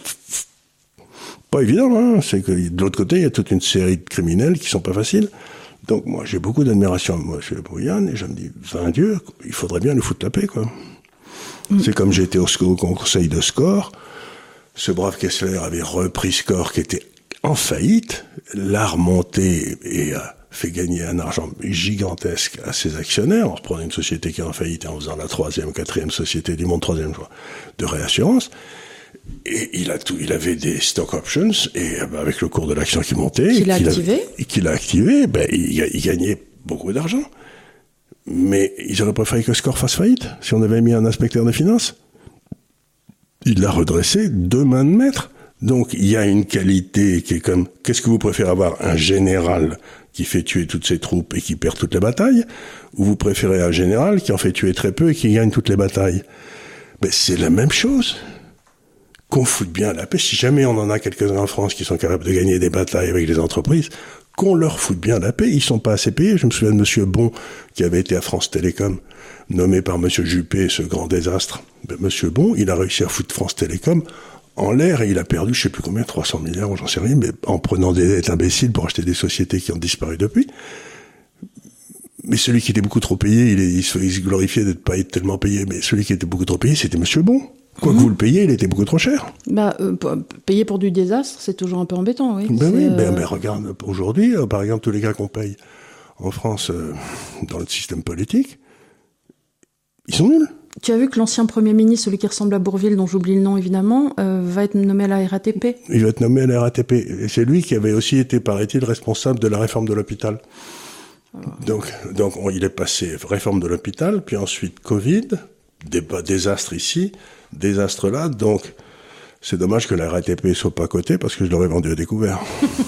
pas évident, hein. C'est que de l'autre côté, il y a toute une série de criminels qui sont pas faciles. Donc moi, j'ai beaucoup d'admiration moi chez Brouillane et je me dis, vain Dieu, il faudrait bien lui foutre la paix, quoi. Mm. C'est comme j'étais au, au conseil de Score. Ce brave Kessler avait repris Score qui était en faillite, l'a remonté et a fait gagner un argent gigantesque à ses actionnaires en reprenant une société qui est en faillite et en faisant la troisième, quatrième société du monde, troisième fois, de réassurance. Et il a tout, il avait des stock options et ben, avec le cours de l'action qui montait, qu'il a qu'il activé, a, et qu'il a activé, ben il, il gagnait beaucoup d'argent. Mais ils auraient préféré que Score fasse faillite si on avait mis un inspecteur des finances. Il l'a redressé de main de maître. Donc il y a une qualité qui est comme, qu'est-ce que vous préférez avoir, un général qui fait tuer toutes ses troupes et qui perd toutes les batailles, ou vous préférez un général qui en fait tuer très peu et qui gagne toutes les batailles? Ben c'est la même chose. Qu'on foute bien la paix. Si jamais on en a quelques-uns en France qui sont capables de gagner des batailles avec les entreprises, qu'on leur foute bien la paix. Ils sont pas assez payés. Je me souviens de Monsieur Bon, qui avait été à France Télécom, nommé par Monsieur Juppé, ce grand désastre. Ben, Monsieur Bon, il a réussi à foutre France Télécom en l'air et il a perdu, je sais plus combien, trois cents milliards, ou j'en sais rien, mais en prenant des dettes imbéciles pour acheter des sociétés qui ont disparu depuis. Mais celui qui était beaucoup trop payé, il, est, il se glorifiait d'être pas être tellement payé, mais celui qui était beaucoup trop payé, c'était Monsieur Bon. Quoi mmh. que vous le payiez, il était beaucoup trop cher. Bah, euh, payer pour du désastre, c'est toujours un peu embêtant, oui. Ben oui, euh... ben, ben regarde, aujourd'hui, euh, par exemple, tous les gars qu'on paye en France euh, dans le système politique, ils sont nuls. Tu as vu que l'ancien Premier ministre, celui qui ressemble à Bourvil, dont j'oublie le nom évidemment, euh, va être nommé à la R A T P. Il va être nommé à la R A T P. Et c'est lui qui avait aussi été, paraît-il, responsable de la réforme de l'hôpital. Alors... Donc, donc on, il est passé réforme de l'hôpital, puis ensuite Covid, débat, désastre ici, désastre là, donc c'est dommage que la R A T P soit pas cotée parce que je l'aurais vendu à découvert.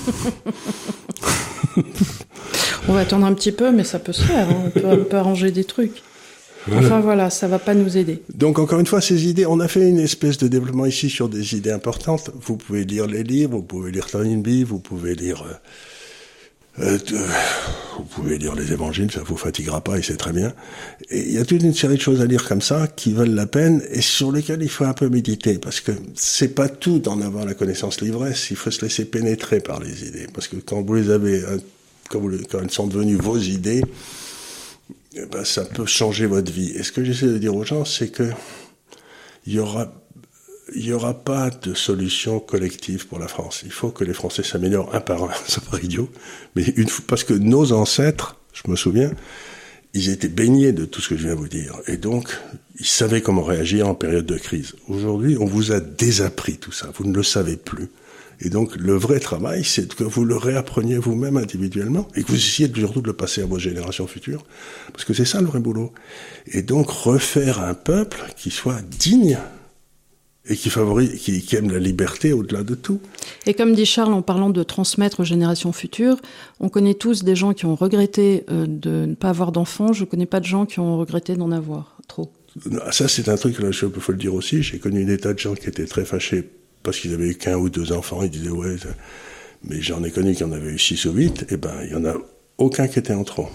On va attendre un petit peu, mais ça peut se faire, hein. on, peut, on peut arranger des trucs. Enfin voilà, ça va pas nous aider. Donc encore une fois, ces idées, on a fait une espèce de développement ici sur des idées importantes. Vous pouvez lire les livres, vous pouvez lire Toynbee, vous pouvez lire Euh, vous pouvez lire les évangiles, ça vous fatiguera pas et c'est très bien. Et il y a toute une série de choses à lire comme ça qui valent la peine et sur lesquelles il faut un peu méditer parce que c'est pas tout d'en avoir la connaissance l'ivresse, il faut se laisser pénétrer par les idées parce que quand vous les avez, quand, vous, quand elles sont devenues vos idées, eh ben, ça peut changer votre vie. Et ce que j'essaie de dire aux gens, c'est que il y aura Il n'y aura pas de solution collective pour la France. Il faut que les Français s'améliorent un par un. Ça paraît idiot. Mais une fois, parce que nos ancêtres, je me souviens, ils étaient baignés de tout ce que je viens de vous dire. Et donc, ils savaient comment réagir en période de crise. Aujourd'hui, on vous a désappris tout ça. Vous ne le savez plus. Et donc, le vrai travail, c'est que vous le réappreniez vous-même individuellement et que vous essayiez surtout de le passer à vos générations futures. Parce que c'est ça le vrai boulot. Et donc, refaire un peuple qui soit digne et qui favorise, qui, qui aime la liberté au-delà de tout. Et comme dit Charles, en parlant de transmettre aux générations futures, on connaît tous des gens qui ont regretté euh, de ne pas avoir d'enfants. Je ne connais pas de gens qui ont regretté d'en avoir trop. Ça, c'est un truc, là, il faut le dire aussi. J'ai connu des tas de gens qui étaient très fâchés parce qu'ils avaient eu qu'un ou deux enfants. Ils disaient, ouais, ça... mais j'en ai connu qui en avaient eu six ou huit. Et ben, il n'y en a aucun qui était en trop.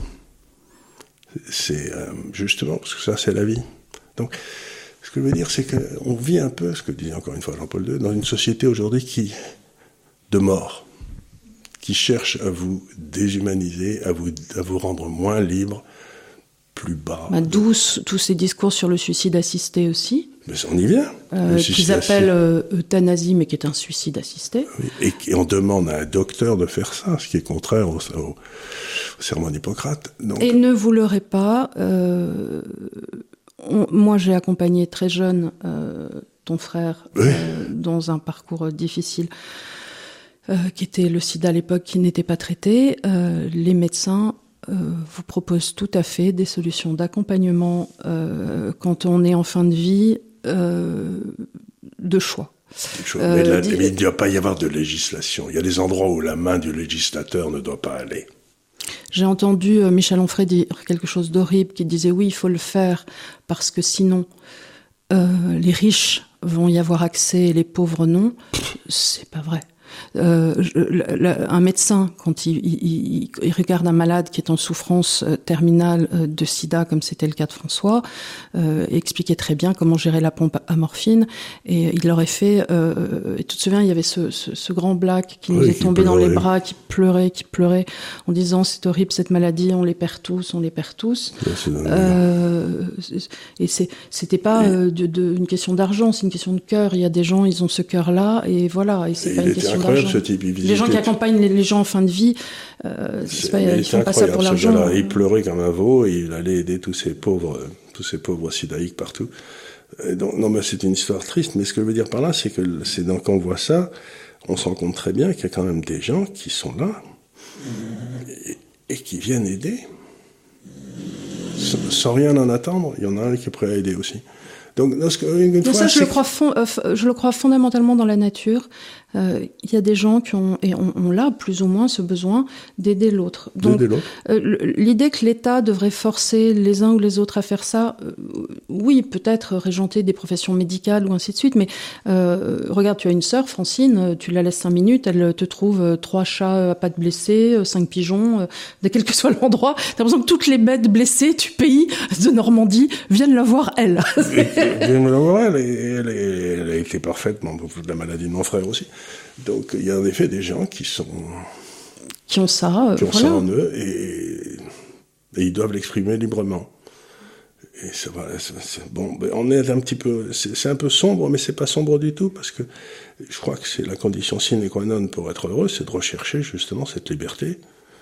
C'est euh, justement, parce que ça, c'est la vie. Donc, ce que je veux dire, c'est qu'on vit un peu, ce que disait encore une fois Jean-Paul deux, dans une société aujourd'hui qui, de mort, qui cherche à vous déshumaniser, à vous, à vous rendre moins libre, plus bas. Bah, d'où tous ces discours sur le suicide assisté aussi. Mais on y vient. Euh, qu'ils appellent euh, euthanasie, mais qui est un suicide assisté. Oui, et, et on demande à un docteur de faire ça, ce qui est contraire au, au, au serment d'Hippocrate. Donc... Et ne vous leurrez pas... Euh... On, moi, j'ai accompagné très jeune euh, ton frère oui. euh, dans un parcours euh, difficile, euh, qui était le sida à l'époque, qui n'était pas traité. Euh, les médecins euh, vous proposent tout à fait des solutions d'accompagnement euh, quand on est en fin de vie, euh, de choix. Euh, mais, la, mais il ne doit pas y avoir de législation. Il y a des endroits où la main du législateur ne doit pas aller. J'ai entendu euh, Michel Onfray dire quelque chose d'horrible, qui disait oui, il faut le faire parce que sinon euh, les riches vont y avoir accès et les pauvres non. C'est pas vrai. Euh, je, le, un médecin, quand il, il, il regarde un malade qui est en souffrance euh, terminale euh, de sida, comme c'était le cas de François, euh, expliquait très bien comment gérer la pompe à morphine. Et il l'aurait fait... Euh, et tu te souviens, il y avait ce, ce, ce grand black qui nous oui, est tombé dans les bras, qui pleurait, qui pleurait, en disant « c'est horrible cette maladie, on les perd tous, on les perd tous ouais, ». Euh, et c'est, c'était pas euh, de, de, une question d'argent, c'est une question de cœur. Il y a des gens, ils ont ce cœur-là, et voilà, et c'est et pas une question d'argent. Ce type, les gens qui accompagnent les, les gens en fin de vie, euh, c'est, c'est pas, ils font pas ça pour l'argent. Gars-là, il pleurait comme un veau et il allait aider tous ces pauvres, tous ces pauvres sidaïques partout. Et donc, non, mais c'est une histoire triste. Mais ce que je veux dire par là, c'est que c'est donc quand on voit ça, on se rend compte très bien qu'il y a quand même des gens qui sont là et, et qui viennent aider sans, sans rien en attendre. Il y en a un qui est prêt à aider aussi. Donc, une non, fois, ça, je le, crois fond, euh, je le crois fondamentalement dans la nature. Il euh, y a des gens qui ont, et on, on l'a plus ou moins ce besoin d'aider l'autre. Donc, d'aider l'autre. Euh, l'idée que l'État devrait forcer les uns ou les autres à faire ça, euh, oui, peut-être régenter des professions médicales ou ainsi de suite, mais euh, regarde, tu as une sœur, Francine, tu la laisses cinq minutes, elle te trouve trois chats à pattes blessées, cinq pigeons, de quel que soit l'endroit. T'as l'impression que toutes les bêtes blessées du pays de Normandie viennent la voir, elle. Viennent la voir, elle, elle, elle, elle a été parfaitement de la maladie de mon frère aussi. Donc, il y a en effet des gens qui sont... Qui ont ça, euh, Qui ont voilà. ça en eux, et, et ils doivent l'exprimer librement. Et ça va, c'est, c'est, bon, ben on est un petit peu... C'est, c'est un peu sombre, mais c'est pas sombre du tout, parce que je crois que c'est la condition sine qua non pour être heureux, c'est de rechercher justement cette liberté.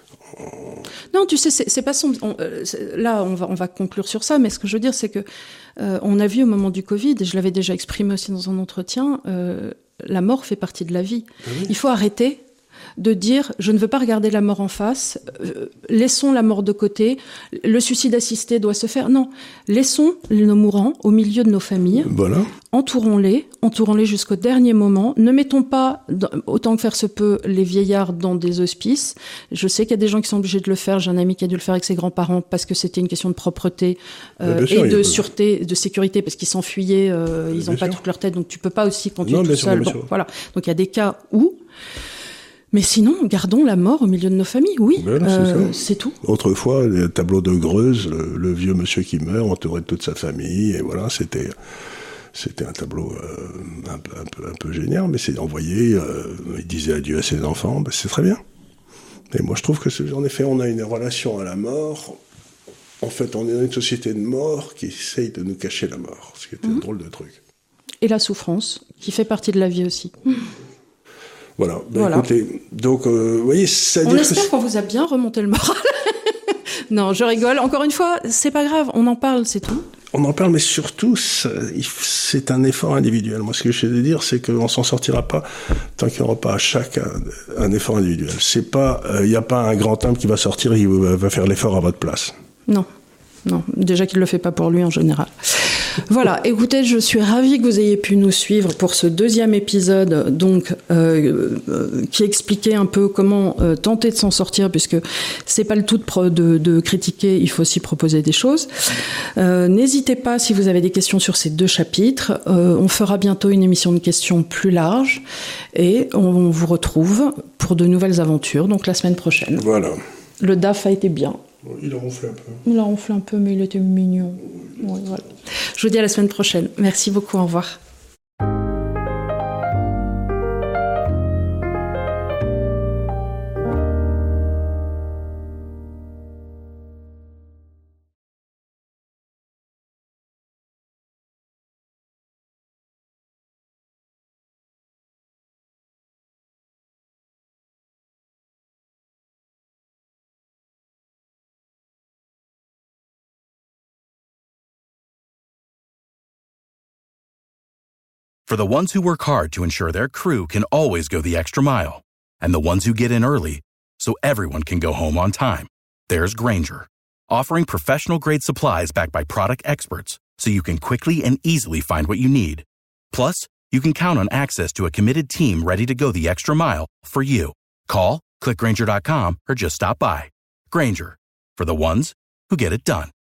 Non, tu sais, c'est, c'est pas sombre. On, euh, c'est, là, on va, on va conclure sur ça, mais ce que je veux dire, c'est que euh, on a vu au moment du Covid, et je l'avais déjà exprimé aussi dans un entretien, euh, la mort fait partie de la vie. Ah oui. Il faut arrêter de dire « je ne veux pas regarder la mort en face, euh, laissons la mort de côté, le suicide assisté doit se faire ». Non, laissons nos mourants au milieu de nos familles, voilà. entourons-les, entourons-les jusqu'au dernier moment, ne mettons pas, autant que faire se peut, les vieillards dans des hospices. Je sais qu'il y a des gens qui sont obligés de le faire, j'ai un ami qui a dû le faire avec ses grands-parents parce que c'était une question de propreté euh, sûr, et de sûreté, de sécurité, parce qu'ils s'enfuyaient, euh, ils n'ont pas toute leur tête, donc tu peux pas aussi quand tu es tout seul. Bon, voilà. Donc il y a des cas où... Mais sinon, gardons la mort au milieu de nos familles, oui, Ben là, euh, c'est, c'est tout. Autrefois, les tableaux de Greuze, le, le vieux monsieur qui meurt, entouré de toute sa famille, et voilà, c'était, c'était un tableau euh, un, peu, un, peu, un peu génial, mais c'est envoyé, euh, il disait adieu à ses enfants, ben c'est très bien. Et moi, je trouve que, c'est, en effet, on a une relation à la mort. En fait, on est dans une société de mort qui essaye de nous cacher la mort, ce qui était mmh. un drôle de truc. Et la souffrance, qui fait partie de la vie aussi. Voilà. Ben, voilà. Écoutez, donc, euh, vous voyez, ça on espère que... qu'on vous a bien remonté le moral. Non, je rigole. Encore une fois, c'est pas grave, on en parle, c'est tout. On en parle, mais surtout, c'est un effort individuel. Moi, ce que je sais de dire, c'est qu'on s'en sortira pas tant qu'il n'y aura pas à chacun un effort individuel. C'est pas, il euh, n'y a pas un grand homme qui va sortir et qui va faire l'effort à votre place. Non, non. Déjà qu'il le fait pas pour lui en général. Voilà, écoutez, je suis ravie que vous ayez pu nous suivre pour ce deuxième épisode, donc euh, euh, qui expliquait un peu comment euh, tenter de s'en sortir, puisque c'est pas le tout de, pro- de, de critiquer, il faut aussi proposer des choses. Euh, n'hésitez pas si vous avez des questions sur ces deux chapitres. Euh, on fera bientôt une émission de questions plus large et on, on vous retrouve pour de nouvelles aventures, donc la semaine prochaine. Voilà. Le D A F a été bien. Il a ronflé un peu. Il a ronflé un peu, mais il était mignon. Ouais, voilà. Je vous dis à la semaine prochaine. Merci beaucoup, au revoir. For the ones who work hard to ensure their crew can always go the extra mile, and the ones who get in early so everyone can go home on time, there's Grainger, offering professional-grade supplies backed by product experts so you can quickly and easily find what you need. Plus, you can count on access to a committed team ready to go the extra mile for you. Call, click Grainger dot com, or just stop by. Grainger, for the ones who get it done.